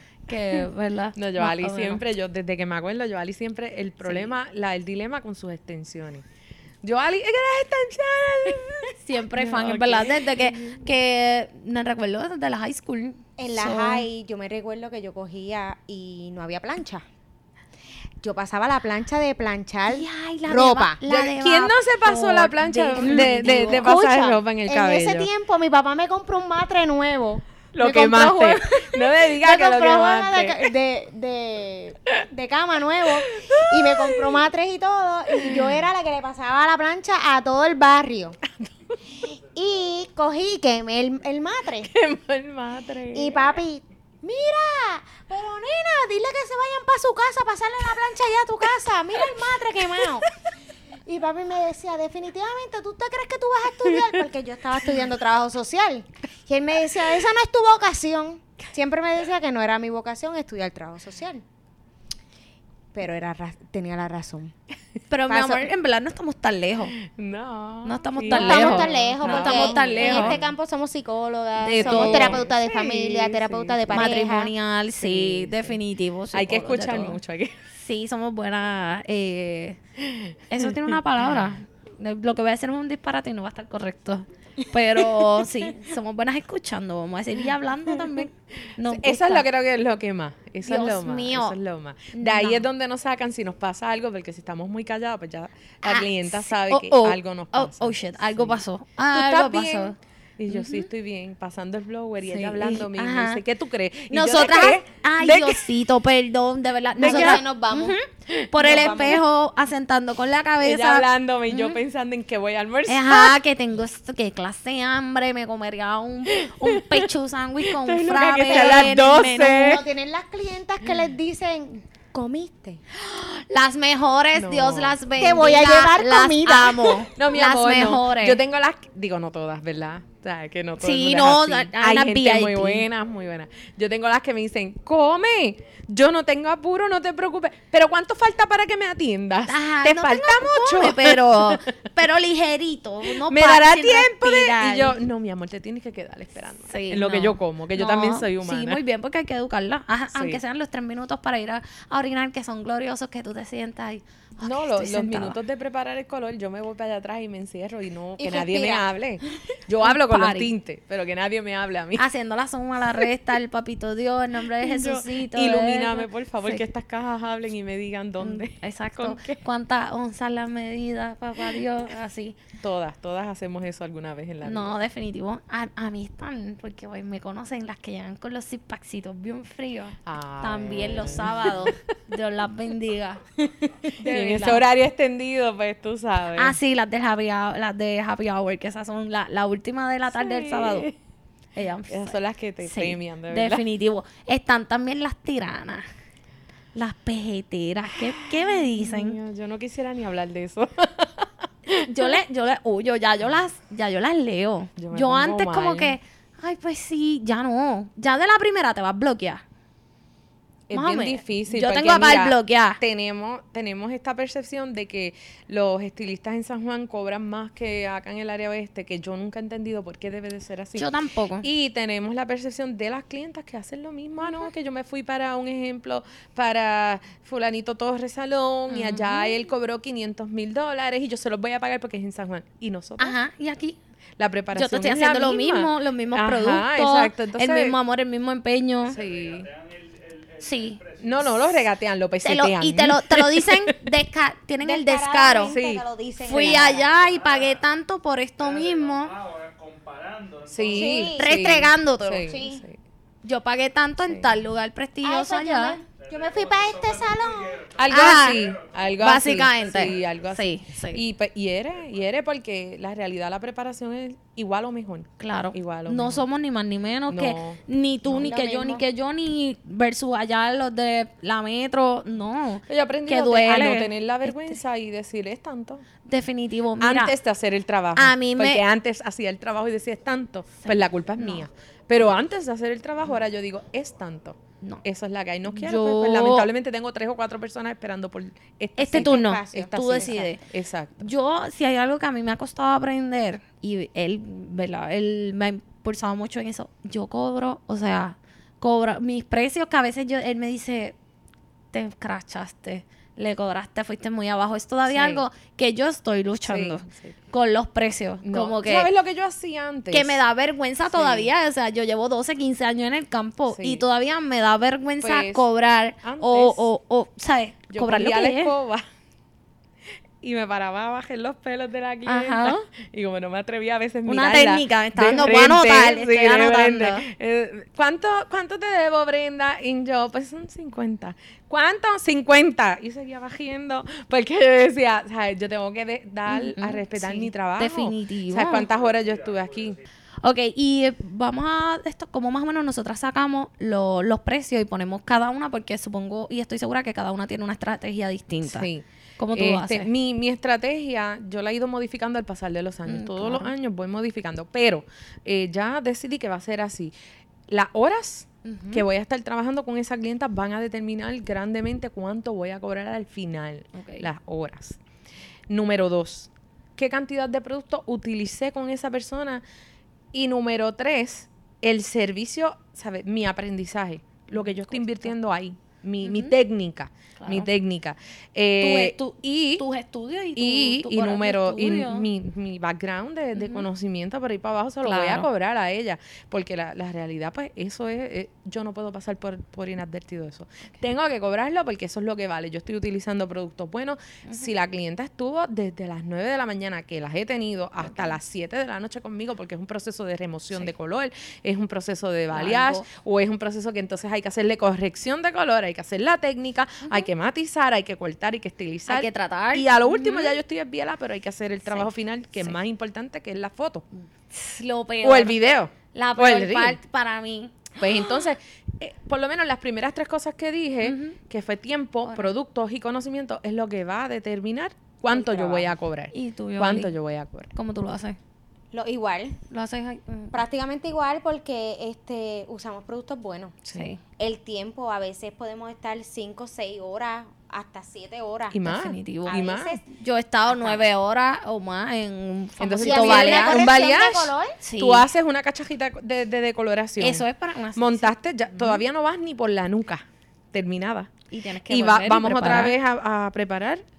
que ¿verdad? No, Más Joali o menos. siempre, yo desde que me acuerdo, Joali siempre, el problema, el dilema con sus extensiones. Joali, es que las extensiones. Siempre No, fan, es ok. verdad, desde que me recuerdo desde la high school. En la So, high yo me recuerdo que yo cogía y no había plancha. Yo pasaba la plancha de planchar Ay, la ropa. de va- la de ¿Quién no se pasó la vapor, plancha definitivo. de pasar Escucha, ropa en el cabello? ese tiempo mi papá me compró un matre nuevo. Lo Me compró quemaste. juego- No me digas me que lo compró juego quemaste. de cama nuevo y me compró matres y todo y yo era la que le pasaba la plancha a todo el barrio. Y cogí y quemé el matre. Quemó el matre. Y papi, mira, pero nena, dile que se vayan para su casa, pasarle la plancha allá a tu casa. Mira el matre quemado. Y papi me decía, definitivamente, ¿tú te crees que tú vas a estudiar? Porque yo estaba estudiando trabajo social. Y él me decía, esa no es tu vocación. Siempre me decía que no era mi vocación estudiar trabajo social. Pero tenía la razón. Pero mi Paso- amor, en verdad no estamos tan lejos. No. No estamos sí. tan No lejos. estamos tan lejos, No porque estamos tan en lejos. este campo somos psicólogas, De somos todo. terapeutas de Sí, familia, terapeutas sí. de pareja. Matrimonial, sí, Sí. definitivo. Hay que psicólogos, de escuchar todo. mucho. Hay que... Sí, somos buenas. Eso tiene una palabra. Lo que voy a decir es un disparate y no va a estar correcto. Pero sí, somos buenas escuchando, vamos a decir, y hablando también. Nos Eso es gusta. lo que creo que es lo que más. Eso Dios es lo más. mío. Eso es lo más. De ahí No. es donde nos sacan si nos pasa algo, porque si estamos muy callados, pues ya la Ah, clienta sí. sabe Oh, que oh, algo nos pasa. Oh, shit, algo Sí. pasó. ¿Tú Algo estás pasó. bien? Y yo sí estoy bien, pasando el blower y Sí, ella hablando mismo. ajá. Dice, ¿qué tú crees? Y yo, ¿de Nosotras, qué? ay, ¿De qué? Diosito, perdón, de verdad. ¿De qué? Nosotras nos vamos. por Nos el vamos. espejo, asentando con la Ella cabeza. hablándome y yo pensando en que voy a almorzar. Ajá, que tengo esto, que clase de hambre, me comería un pecho sándwich con Estoy loca frappe. que sea las en el 12. menú. No tienen las clientas que les dicen, ¿comiste? Las mejores, No. Dios las bendiga. Te voy a llevar las comida. amo. No, mi las amor, no. mejores. Yo tengo las, digo, no todas, ¿verdad? O sea, que no todo el Sí, mundo no, es así. hay Hay unas gente VIP. muy buenas, muy buenas. Yo tengo las que me dicen, come, yo no tengo apuro, no te preocupes. Pero ¿cuánto falta para que me atiendas? Ajá, ¿Te no falta tengo mucho? come, pero ligerito. No ¿Me dará sin tiempo de...? respirar. Y yo, no, mi amor, te tienes que quedar esperando. Sí, en lo que no. yo como, que yo No, también soy humana. Sí, muy bien, porque hay que educarla. Ajá, Sí. aunque sean los 3 minutos para ir a orinar, que son gloriosos, que tú te sientas ahí. Ok, No, estoy los sentada. minutos de preparar el color, yo me voy para allá atrás y me encierro y no, Y que nadie me respira. hable. Yo hablo con con los party. tintes, pero que nadie me hable a mí. Haciendo la suma, la resta, el papito Dios, en nombre de Jesucito. Ilumíname, por favor, Sí. que estas cajas hablen y me digan dónde. Exacto. ¿Con qué? ¿Cuántas onzas las medidas, papá Dios? Así. Todas hacemos eso alguna vez en la vida. No, definitivo. A mí están, porque hoy me conocen las que llegan con los zip-packsitos bien fríos. Ah, También los sábados. Dios las bendiga. De Y en ese verdad. horario extendido, pues tú sabes. Ah, sí, las de Happy Hour, que esas son la última de la tarde del Sí. sábado. Ellas, Esas son las que te sí, premian, de verdad. definitivo. Están también las tiranas, las pejeteras. ¿Qué me dicen? Mío, yo no quisiera ni hablar de eso. Yo le huyo, ya yo las leo. Yo me Yo pongo antes como mal. que, ay, pues sí, ya no. Ya de la primera te vas a bloquear. Es Más o bien menos. difícil. Yo porque, tengo a par mira, bloqueada. Tenemos esta percepción de que los estilistas en San Juan cobran más que acá en el área oeste, que yo nunca he entendido por qué debe de ser así. Yo tampoco. Y tenemos la percepción de las clientas que hacen lo mismo. Ah, no, que yo me fui para un ejemplo, para fulanito Torres Salón y allá él cobró $500,000 y yo se los voy a pagar porque es en San Juan. Y nosotros, Ajá, y aquí la preparación yo te estoy es la haciendo lo misma. mismo, los mismos Ajá, productos, exacto. Entonces, el mismo amor, el mismo empeño. Sí. Sí. No, lo regatean, lo Te pesetean. te lo dicen, tienen el descaro. Sí. Te lo dicen Fui en la cara. allá y pagué tanto por esto mismo. Comparando. entonces, Sí, Sí. Restregándotelo. Sí, Sí. sí. Yo pagué tanto en tal lugar Ay, prestigioso pues allá. yo me fui para este salón. Algo Ajá. así, algo Básicamente. así. Sí, algo así. Sí, sí. Y hiere porque la realidad, la preparación es igual o mejor. Claro. Igual o No mejor. somos ni más ni menos No. que ni tú, ni Lo que yo, mismo. ni que yo, ni versus allá los de la metro. No. Yo aprendí Que a duele. no tener la vergüenza y decir es tanto. Definitivo. Mira, Antes de hacer el trabajo. a mí me- Porque antes hacía el trabajo y decía es tanto. Pues la culpa es mía. Pero antes de hacer el trabajo, ahora yo digo es tanto. No. Eso es la que hay. No quiero, Yo- pues, lamentablemente tengo 3 o 4 personas esperando por este cita. turno, espacio. Esta tú cita. decides. Exacto. Yo, si hay algo que a mí me ha costado aprender, y él, ¿verdad? Él me ha impulsado mucho en eso. Yo cobro, o sea, mis precios que a veces él me dice, te crachaste, le cobraste, fuiste muy abajo. Es todavía Sí. algo que yo estoy luchando Sí. con los precios. No. Como que, ¿Sabes lo que yo hacía antes? que me da vergüenza Sí. todavía. O sea, yo llevo 12, 15 años en el campo Sí. y todavía me da vergüenza Pues, cobrar antes, o ¿sabes? Yo Cobrar lo cogía la que es. escoba y me paraba a bajar los pelos de la clienta. Ajá. Y como no me atrevía a veces Una mirarla técnica, me está de dando, voy a anotar, sí, estoy de anotando. frente. ¿Cuánto te debo, Brenda? Y yo, pues son 50. ¿Cuánto? 50. Y seguía bajando porque yo decía, ¿sabes? Yo tengo que dar a respetar sí, mi trabajo. definitivo. ¿Sabes cuántas horas yo estuve aquí? Ok, y vamos a esto, como más o menos nosotras sacamos los precios y ponemos cada una, porque supongo y estoy segura que cada una tiene una estrategia distinta. Sí. ¿Cómo tú lo haces? Mi estrategia, yo la he ido modificando al pasar de los años. Todos los años voy modificando, pero ya decidí que va a ser así. Las horas que voy a estar trabajando con esa clienta van a determinar grandemente cuánto voy a cobrar al final. Ok. Las horas. Número 2, ¿qué cantidad de producto utilicé con esa persona? Y número 3, el servicio, ¿sabes? Mi aprendizaje, lo que yo estoy invirtiendo ahí, mi técnica, Claro. mi técnica. Y tus estudios y tu horas de número, y estudio. mi background de conocimiento por ahí para abajo se lo voy a Claro. cobrar a ella, porque la realidad, pues, eso es, yo no puedo pasar por inadvertido eso. Tengo que cobrarlo porque eso es lo que vale. Yo estoy utilizando productos buenos. Si la clienta estuvo desde las 9 de la mañana, que las he tenido, hasta las 7 de la noche conmigo, porque es un proceso de remoción de color, es un proceso de balayage, Largo. o es un proceso que entonces hay que hacerle corrección de color, hay que hacer la técnica, hay que matizar, hay que cortar, hay que estilizar. Hay que tratar. Y a lo último ya yo estoy en biela, pero hay que hacer el trabajo final, que es más importante, que es la foto. Lo peor. O el video. La o el peor reel. parte para mí. Pues entonces, por lo menos las primeras 3 cosas que dije, que fue tiempo, productos y conocimiento, es lo que va a determinar cuánto yo voy a cobrar. ¿Y tú, Yoli? cuánto yo voy a cobrar. ¿Cómo tú lo haces? Igual, ¿Lo haces? prácticamente igual porque usamos productos buenos. Sí. El tiempo, a veces podemos estar 5, 6 horas, hasta 7 horas. Y más. Definitivo. Y A más. veces- Yo he estado 9 horas o más en un Entonces, Y famosito tú hacer una balayage. un corrección de balayage, color. Sí. tú haces una cachajita de decoloración. Eso es para una Montaste, ya, todavía no vas ni por la nuca terminada. Y tienes que Y volver vamos otra preparar. vez a preparar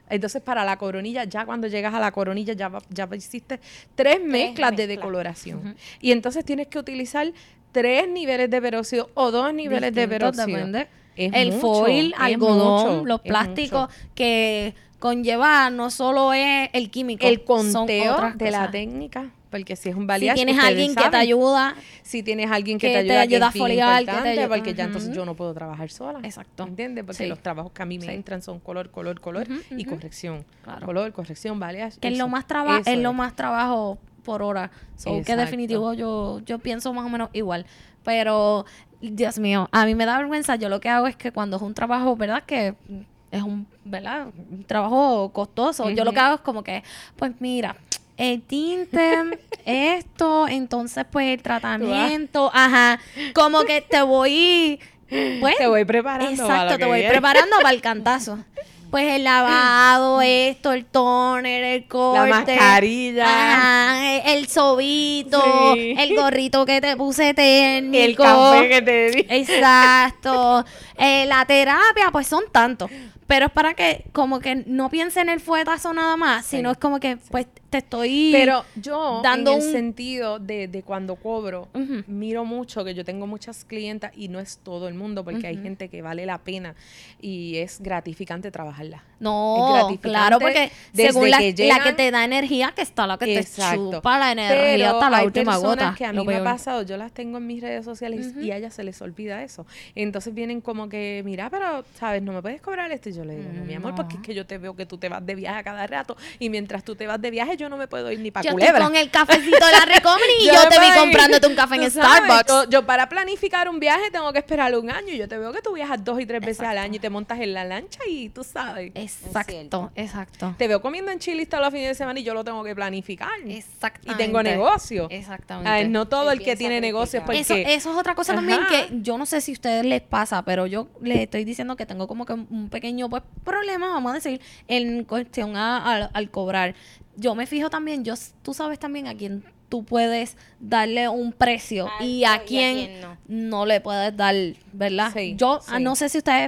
Entonces, para la coronilla, ya cuando llegas a la coronilla, ya hiciste 3 mezclas de mezclas. decoloración. Y entonces tienes que utilizar 3 niveles de peróxido o 2 niveles de Distintos, peróxido. depende. Es El mucho, foil, es algodón, mucho, los es plásticos mucho. que conlleva no solo es el químico, El son conteo otras de la cosas. técnica, porque si es un Si balayage, tienes ustedes alguien que te saben. ayuda, Si tienes alguien que que te te ayuda, ayuda a que es bien foliar, que te importante, ayuda- porque ya entonces Ujú. yo no puedo trabajar sola. Exacto. ¿Entiendes? Porque Sí. los trabajos que a mí me Sí. entran son color, color, color Ujú, y ujú. corrección. Claro. Color, corrección, balayage. que es eso, lo más eso es lo más trabajo por hora. So, que Exacto. definitivo yo pienso más o menos igual. Pero, Dios mío, a mí me da vergüenza. Yo lo que hago es que cuando es un trabajo, ¿verdad? Que es ¿verdad? Un trabajo costoso. Yo lo que Ujú. hago es como que, pues mira, el tinte, esto, entonces pues el tratamiento, ajá. Como que te voy, pues, Te voy preparando. para exacto, lo te que voy viene. preparando para el cantazo. Pues el lavado, esto, el toner, el corte. La mascarilla. Ajá, el sobito, Sí. el gorrito que te puse técnico. El café que te di. Exacto. La terapia, pues son tantos. Pero es para que como que no piense en el fuetazo nada más, sino Sí. es como que pues te estoy Pero yo, dando en el un- sentido de cuando cobro, Ujú. miro mucho que yo tengo muchas clientas y no es todo el mundo, porque hay Ujú. gente que vale la pena y es gratificante trabajarla. Es No, gratificante claro, porque desde según la que la llegan- que te da energía, que está la que te Exacto. chupa la energía Pero hasta la hay última personas gota. que a lo mí me ha peor. pasado, yo las tengo en mis redes sociales Ujú. y a ellas se les olvida eso. Entonces vienen como que, mira, pero, ¿sabes? No me puedes cobrar esto. Y yo le digo, no, mi amor, No. porque es que yo te veo que tú te vas de viaje a cada rato y mientras tú te vas de viaje yo no me puedo ir ni para Yo Culebra. estoy con el cafecito de la Recomen y yo me te vi puedo ir. comprándote un café en Tú sabes, Starbucks. yo para planificar un viaje tengo que esperar un año y yo te veo que tú viajas 2 y 3 veces al año y te montas en la lancha y tú sabes. Exacto, cierto. exacto. Te veo comiendo en Chile todos los fines de semana y yo lo tengo que planificar. Exactamente. Y tengo negocio. Exactamente. Ay, no todo Es el que bien tiene negocio es porque... sacrificado. Eso es otra cosa también Ajá. que yo no sé si a ustedes les pasa, pero yo les estoy diciendo que tengo como que un pequeño pues, problema, vamos a decir, en cuestión al cobrar. Yo me fijo también, tú sabes también a quién tú puedes darle un precio Alto y a quién no. no le puedes dar, ¿verdad? Sí, Yo sí. no sé si ustedes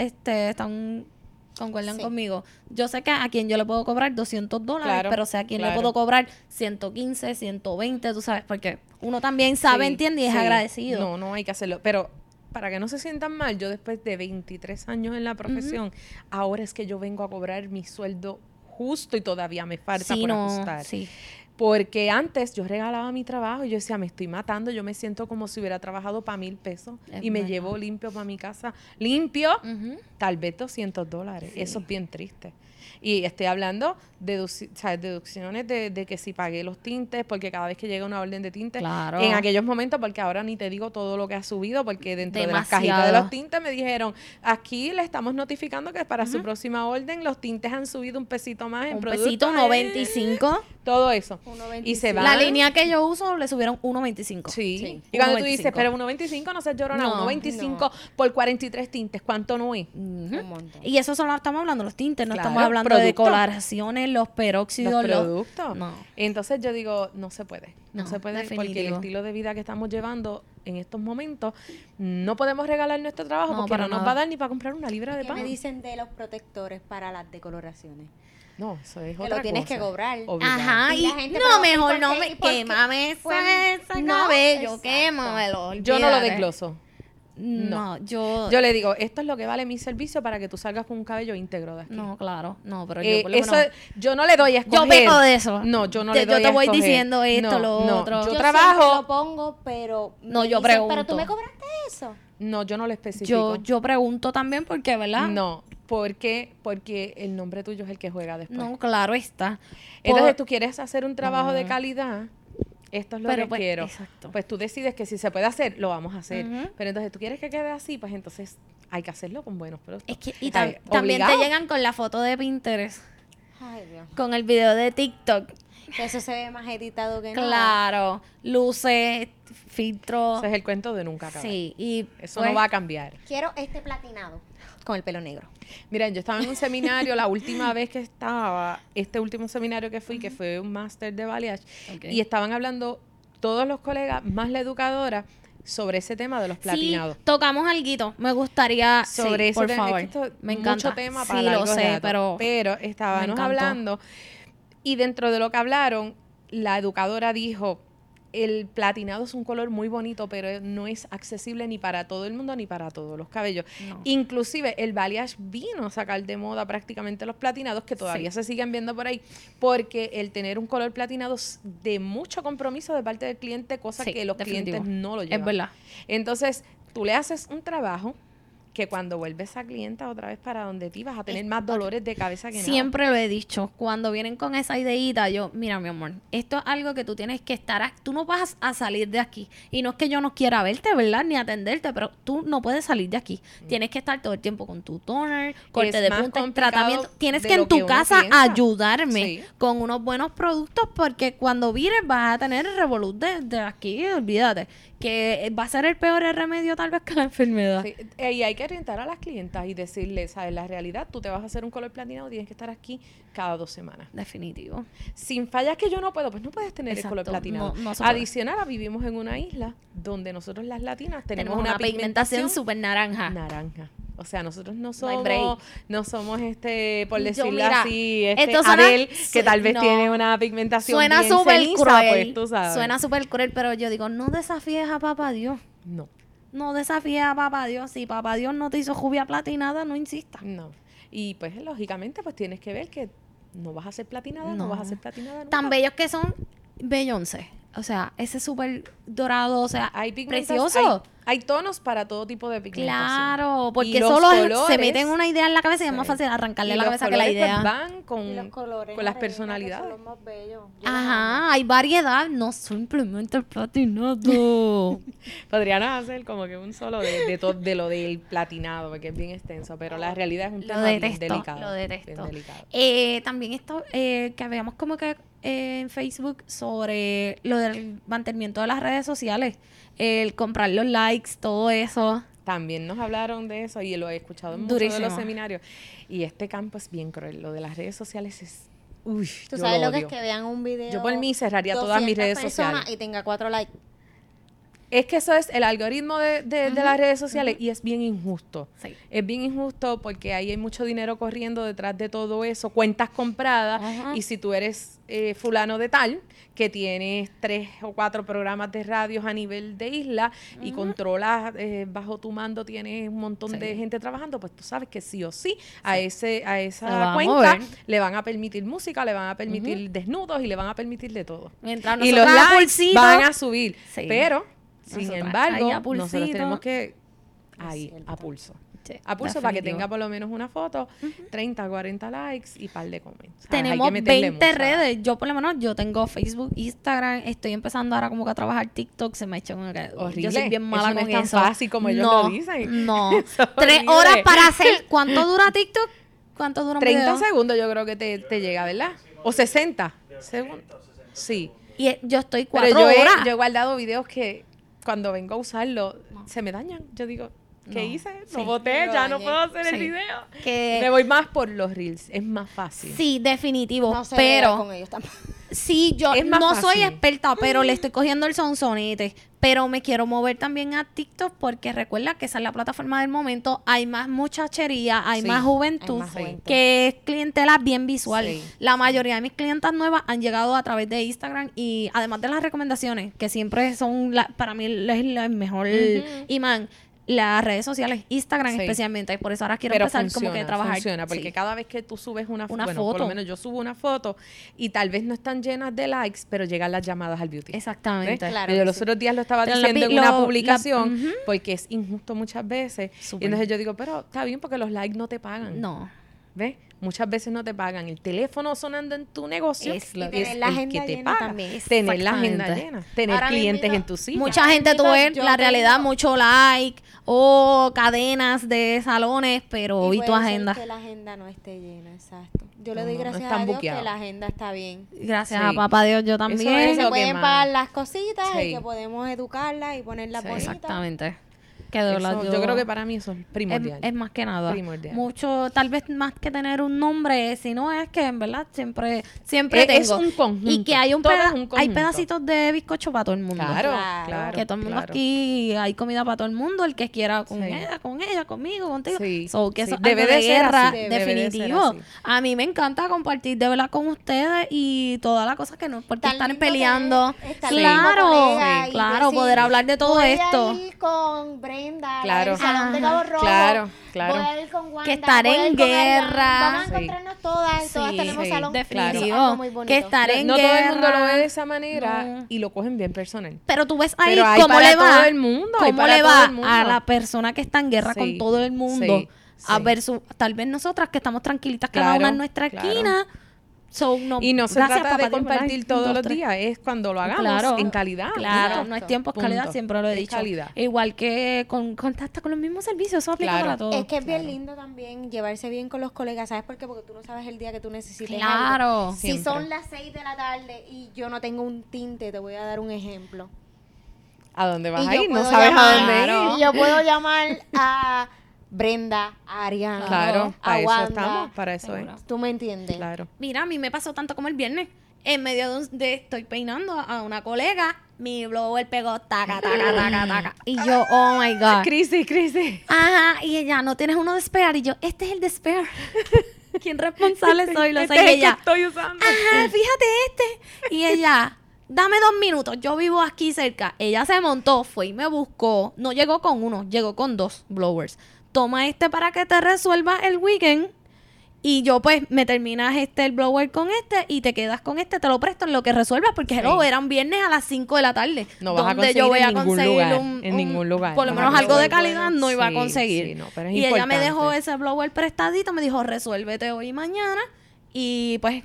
están concuerdan Sí. conmigo. Yo sé que a quien yo le puedo cobrar $200, Claro, pero sé a quién le claro. puedo cobrar 115, 120, tú sabes, porque uno también sabe, Sí, entiende y es sí. agradecido. No, no hay que hacerlo. Pero para que no se sientan mal, yo después de 23 años en la profesión, ahora es que yo vengo a cobrar mi sueldo justo y todavía me falta Sí, por no, ajustar. sí. Porque antes yo regalaba mi trabajo y yo decía, me estoy matando, yo me siento como si hubiera trabajado para $1,000 Es y me verdad. llevo limpio para mi casa. Limpio, Ujú. tal vez $200. Eso es bien triste. Y estoy hablando de deducciones de que si pagué los tintes, porque cada vez que llega una orden de tintes, Claro. en aquellos momentos, porque ahora ni te digo todo lo que ha subido, porque dentro de las Demasiado. cajitas de los tintes me dijeron, aquí le estamos notificando que para su próxima orden los tintes han subido un pesito más en Un productos, pesito, 1.25. todo eso. 1.25. Y se va. La línea que yo uso le subieron 1.25. Sí. Sí. Y cuando tú 1.25. dices, pero 1.25 no seas llorona, No, 1.25 por 43 tintes, ¿cuánto no es? Ujú. Un montón. Y eso solo estamos hablando de los tintes, no Claro, estamos hablando de producto. decoloraciones, los peróxidos, Los productos. No. Entonces yo digo, no se puede. No, No, se puede porque el definitivo. estilo de vida que estamos llevando en estos momentos, no podemos regalar nuestro trabajo No, porque para no nos nada. va a dar ni para comprar una libra de ¿Qué pan. me dicen de los protectores para las decoloraciones? No, eso es Que otra lo tienes cosa. que cobrar. Obligado. Ajá, Y y la gente, no, pero, mejor ¿y no por qué? me ¿Y por qué? quémame ese Pues, no, cabello, exacto. quémamelo. Yo no lo olvídate. desgloso. No, yo Yo le digo, esto es lo que vale mi servicio para que tú salgas con un cabello íntegro de aquí. no, claro, no, pero Eh, yo por lo eso menos- yo no le doy a escoger. Yo peco de eso. No, yo no Yo le doy te a voy escoger. diciendo esto, No, lo no, otro. Yo Yo trabajo. siempre lo pongo, pero No, me yo dicen, pregunto. pero tú me cobraste eso. No, yo no lo especifico. yo pregunto también porque, ¿verdad? No, porque el nombre tuyo es el que juega después. No, claro está. Entonces Por- tú quieres hacer un trabajo de No. calidad. Esto es lo Pero, que pues, quiero. exacto. Pues tú decides que si se puede hacer, lo vamos a hacer. Ujú. Pero entonces tú quieres que quede así, pues entonces hay que hacerlo con buenos productos. es que, y Ay, también te obligado. llegan con la foto de Pinterest, Ay, Dios. con el video de TikTok. Que eso se ve más editado que nada. Claro, luces, filtros. Ese es el cuento de nunca acabar. Sí, y Eso pues, no va a cambiar. Quiero este platinado con el pelo negro. Miren, yo estaba en un seminario, la última vez que estaba, este último seminario que fui, que fue un máster de balayage, Ok. y estaban hablando todos los colegas, más la educadora, sobre ese tema de los Sí, platinados. tocamos alguito. Me gustaría, Sobre sí, ese por tema. favor. Es que esto Me es encanta. mucho tema para sí, largo lo sé, rato. Pero me estábamos encantó. hablando y dentro de lo que hablaron, la educadora dijo, el platinado es un color muy bonito, pero no es accesible ni para todo el mundo ni para todos los cabellos. No. Inclusive el balayage vino a sacar de moda prácticamente los platinados, que todavía Sí. se siguen viendo por ahí, porque el tener un color platinado es de mucho compromiso de parte del cliente, cosa Sí, que los definitivo. clientes no lo llevan. Es verdad. Entonces, tú le haces un trabajo que cuando vuelves a clienta otra vez para donde ti vas a tener más dolores de cabeza que nada. Siempre lo he dicho, cuando vienen con esa ideita, yo, mira mi amor, esto es algo que tú tienes que estar, tú no vas a salir de aquí. Y no es que yo no quiera verte, ¿verdad? Ni atenderte, pero tú no puedes salir de aquí. Tienes que estar todo el tiempo con tu toner, corte Es de más punta, complicado tratamiento. Tienes de que lo en tu que uno casa piensa. ayudarme Sí. con unos buenos productos porque cuando vires vas a tener el revolut de aquí, olvídate. Que va a ser el peor remedio tal vez que la enfermedad. Sí, y hay que orientar a las clientas y decirles, ¿sabes? La realidad, tú te vas a hacer un color platinado, tienes que estar aquí cada 2 semanas. Definitivo. Sin fallas que yo no puedo, pues no puedes tener Exacto, el color platinado. no se puede. Adicional, vivimos en una isla donde nosotros las latinas tenemos Tenemos una pigmentación súper naranja. naranja. O sea, nosotros no No hay break. somos por Yo, decirlo mira, así, esto suena- Adele, que tal vez no. tiene una pigmentación Suena bien súper ceniza, cruel. pues tú sabes. Suena súper cruel, pero yo digo, no desafíes a papá Dios. No. No desafíes a papá Dios. Si papá Dios no te hizo jubia platinada, no insistas. No. Y pues lógicamente pues tienes que ver que no vas a ser platinada, no, No. vas a ser platinada nunca. Tan bellos que son Beyoncé. O sea, ese súper dorado, o sea, Hay precioso. Hay tonos para todo tipo de pigmentación. Claro, Y porque los solo se colores, meten una idea en la cabeza y es sí. más fácil arrancarle y la los cabeza que la colores, pues, idea. van Y con, los colores con las arena, personalidades. que son los más bellos. Yo los amo. Ajá, hay variedad, no simplemente el platinado. Podríamos hacer como que un solo de lo del platinado, porque es bien extenso, pero la realidad es un Lo tema bien detesto, delicado. lo detesto. bien delicado. También esto que habíamos como que en Facebook sobre lo del mantenimiento de las redes sociales, el comprar los likes, todo eso. También nos hablaron de eso y lo he escuchado en muchos de Durísimo. los seminarios. Y este campo es bien cruel. Lo de las redes sociales es... Uy, Tú yo sabes lo que odio. es que vean un video. Yo por mí cerraría todas mis 200 redes personas sociales. Y tenga 4 likes. Es que eso es el algoritmo de las redes sociales y es bien injusto. Sí. Es bien injusto porque ahí hay mucho dinero corriendo detrás de todo eso, cuentas compradas, Ajá. y si tú eres fulano de tal, que tienes 3 o 4 programas de radios a nivel de isla y controlas, bajo tu mando tienes un montón Sí. de gente trabajando, pues tú sabes que sí o sí a esa Se lo van a cuenta mover. le van a permitir música, le van a permitir desnudos y le van a permitir de todo. Mientras Y los nosotras a likes pulsito, van a subir, Sí. pero sin Nosotras ahí embargo, a nosotros pulsito. tenemos que ahí, cierto. a pulso. Sí, A pulso para que definitivo. tenga por lo menos una foto, 30, 40 likes y par de comments. ¿Sabes? Hay Tenemos que meterle 20 mucha- redes. Yo por lo menos yo tengo Facebook, Instagram, estoy empezando ahora como que a trabajar TikTok, se me ha hecho como que Horrible. yo soy bien mala Eso no con es tan eso. fácil como ellos lo dicen. No. Eso es 3 horrible. horas para hacer. ¿Cuánto dura TikTok? ¿Cuánto dura un 30 video? segundos yo creo que te llega, ¿verdad? O 60 segundos. Sí. Y yo estoy Pero 4 yo horas. he guardado videos que cuando vengo a usarlo se me dañan. Yo digo, ¿qué No. hice? Sí. Lo boté, Lo ya no dañé. puedo hacer el Sí. video. Que- Me voy más por los reels, es más fácil. Sí, definitivo. No se brega pero con ellos tampoco. sí, yo Es más no soy fácil. experta, pero le estoy cogiendo el sonsonete. Pero me quiero mover también a TikTok porque recuerda que esa es la plataforma del momento. Hay más muchachería, hay Sí, más juventud, hay más juventud. que es clientela bien visual. Sí. La mayoría de mis clientas nuevas han llegado a través de Instagram y además de las recomendaciones, que siempre son, para mí es el mejor imán, las redes sociales, Instagram Sí. especialmente. Y por eso ahora quiero Pero empezar funciona, como que a trabajar. funciona, porque Sí. cada vez que tú subes una Una bueno, por foto. lo menos yo subo una foto y tal vez no están llenas de likes, pero llegan las llamadas al beauty. Exactamente. ¿Ves? Claro Yo que los sí. otros días lo estaba Pero diciendo en lo- una la- publicación ujú. porque es injusto muchas veces. Súper. Y entonces yo digo, pero está bien porque los likes no te pagan. No. ¿Ves? Muchas veces no te pagan. El teléfono sonando en tu negocio Es lo que- es tener la el agenda que te llena paga. también. Tener la agenda Exactamente. llena. Tener Ahora clientes mismito, en tu sitio. Mucha gente tú ves yo la realidad, tengo- mucho like o cadenas de salones, pero ¿y tu puede ser agenda? que la agenda no esté llena, exacto. Yo le No, doy no, no gracias están a Dios buqueados. que la agenda está bien. Gracias Sí. a papá Dios, yo Eso también. es Que se lo que pueden más- pagar las cositas Sí. y que podemos educarlas y ponerlas Sí. bonitas. Exactamente. que de verdad Yo creo que para mí eso es primordial. es más que nada. Primordial. Mucho, tal vez más que tener un nombre, sino es que en verdad siempre Es tengo. un conjunto. Y que hay Todo es un hay conjunto. pedacitos de bizcocho para todo el mundo. Claro, Claro. claro. Que todo el mundo claro. aquí hay comida para todo el mundo, el que quiera con Sí. ella, conmigo, contigo. Sí, So, que sí. eso es Debe algo de de ser guerra, así. Debe de ser definitivo. así. A mí me encanta compartir de verdad con ustedes y todas las cosas que no porque Tan están lindo que peleando. es estar Claro, como colega y claro, decir, poder hablar de todo voy esto. a ir con Brenda Claro. al Salón de Ajá. Cabo Rojo. Claro, claro. Voy a ir con Wanda. Que estar voy a en ir con Ariana. guerra. Vamos a Sí. encontrarnos todas. Todas Sí, tenemos sí, salón. definitivo. Eso es algo muy bonito. Que estar en No guerra. todo el mundo lo ve de esa manera No. y lo cogen bien personal. Pero tú ves ahí Pero hay cómo para le va, todo el mundo, hay cómo para le todo va el mundo. a la persona que está en guerra Sí, con todo el mundo. sí, A sí. versus tal vez nosotras que estamos tranquilitas cada Claro, una en nuestra claro. esquina. So, no, Y no se gracias, trata de papá Dios, compartir ¿verdad? todos Un, dos, los tres. días, es cuando lo hagamos Claro. en calidad. Claro, Punto. no es tiempo, es calidad, Punto. siempre lo he Es dicho. calidad. Igual que hasta con los mismos servicios, eso aplica Claro. para todo. Es que es bien Claro. lindo también llevarse bien con los colegas. ¿Sabes por qué? Porque tú no sabes el día que tú necesites Claro. algo. Si Siempre. son las 6 de la tarde y yo no tengo un tinte, te voy a dar un ejemplo. ¿A dónde vas Y a yo ir? No puedo sabes a llamar- dónde Claro. Y yo puedo llamar a Brenda, a Ariana, Claro, a para eso Wanda. estamos, para eso Seguro. ¿Tú me entiendes? Claro. Mira, a mí me pasó tanto como el viernes. En medio estoy peinando a una colega, mi blower pegó taca, taca, taca, taca. Y yo, oh my God. Crisis. Ajá, y ella, no tienes uno de spare. Y yo, este es el de spare. ¿Quién responsable soy? Lo sé. Este es Y el que ella, estoy usando. ajá, fíjate este. Y ella, dame 2 minutos, yo vivo aquí cerca. Ella se montó, fue y me buscó. No llegó con uno, llegó con 2 blowers. Toma este para que te resuelva el weekend. Y yo, pues, me terminas el blower con este y te quedas con este, te lo presto en lo que resuelvas, porque Sí. hello, eran viernes a las 5 de la tarde. No vas a donde conseguir yo voy en a ningún conseguir lugar, un ningún lugar. por lo Vas menos a algo de conseguir calidad no iba a Sí, conseguir. sí, no, pero es y ella me importante. dejó ese blower prestadito, me dijo, resuélvete hoy y mañana. Y pues,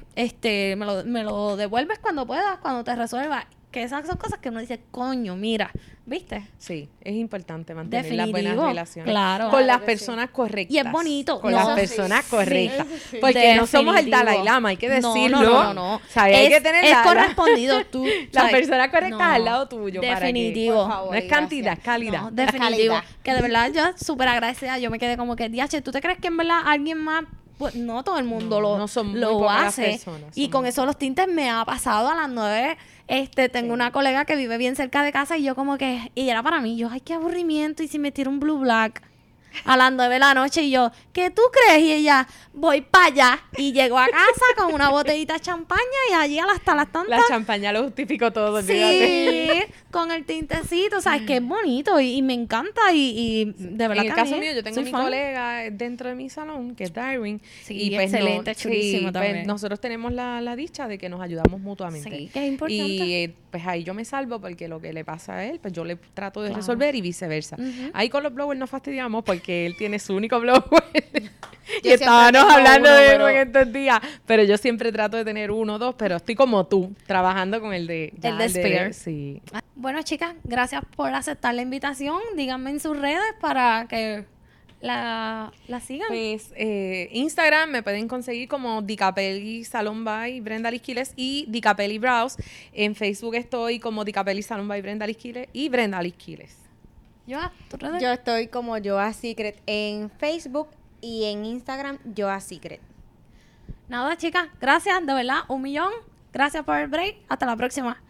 me lo devuelves cuando puedas, cuando te resuelva. Que esas son cosas que uno dice, coño, mira, ¿viste? Sí, es importante mantener las Definitivo, buenas relaciones. claro. Con Claro las que personas correctas. Y es bonito. Con No, las sí, personas sí, correctas. sí. Porque no somos el Definitivo. Dalai Lama, hay que No, decirlo. no. O sea, hay que tener es la correspondido tú. las ¿sabes? personas correctas No, al lado tuyo. Definitivo. Por favor. No es cantidad, es calidad. No, La definitivo. calidad. Que de verdad yo súper agradecida. Yo me quedé como que, DH, ¿tú te crees que en verdad alguien más? Pues no todo el mundo No, no son muy lo pocas las hace. personas, Y son con muy eso los tintes me ha pasado a las 9. Tengo una colega que vive bien cerca de casa y yo como que, y era para mí, yo, ay, qué aburrimiento. Y si me tiro un blue black a las 9 de la noche y yo, ¿qué tú crees? Y ella, voy para allá. Y llegó a casa con una botellita de champaña y allí hasta las tantas. La champaña lo justificó todo. Sí, olvídate. con el tintecito, o sea, es que es bonito y me encanta y de verdad En el que a caso mí mío, yo tengo soy mi fan. colega dentro de mi salón, que es Darwin. Sí, excelente, chulísimo pues, también. nosotros tenemos la dicha de que nos ayudamos mutuamente. Sí, que es importante. Y pues ahí yo me salvo porque lo que le pasa a él, pues yo le trato de Claro. resolver y viceversa. Ujú. Ahí con los blowers nos fastidiamos porque él tiene su único blower. y siempre estábamos tengo hablando uno, de pero- eso en estos días. Pero yo siempre trato de tener 1 o 2, pero estoy como tú, trabajando con el de... ya, El de spare. Sí. Bueno, chicas, gracias por aceptar la invitación. Díganme en sus redes para que la sigan. Pues Instagram me pueden conseguir como Dicapelli Salon by Brenda Lisquiles y Dicapelli Brows. En Facebook estoy como Dicapelli Salon by Brenda Lisquiles y Brenda Lisquiles. Joa, ¿tus redes? Yo estoy como Joa Secret en Facebook y en Instagram Joa Secret. Nada, chicas, gracias, de verdad, 1,000,000. Gracias por el break. Hasta la próxima.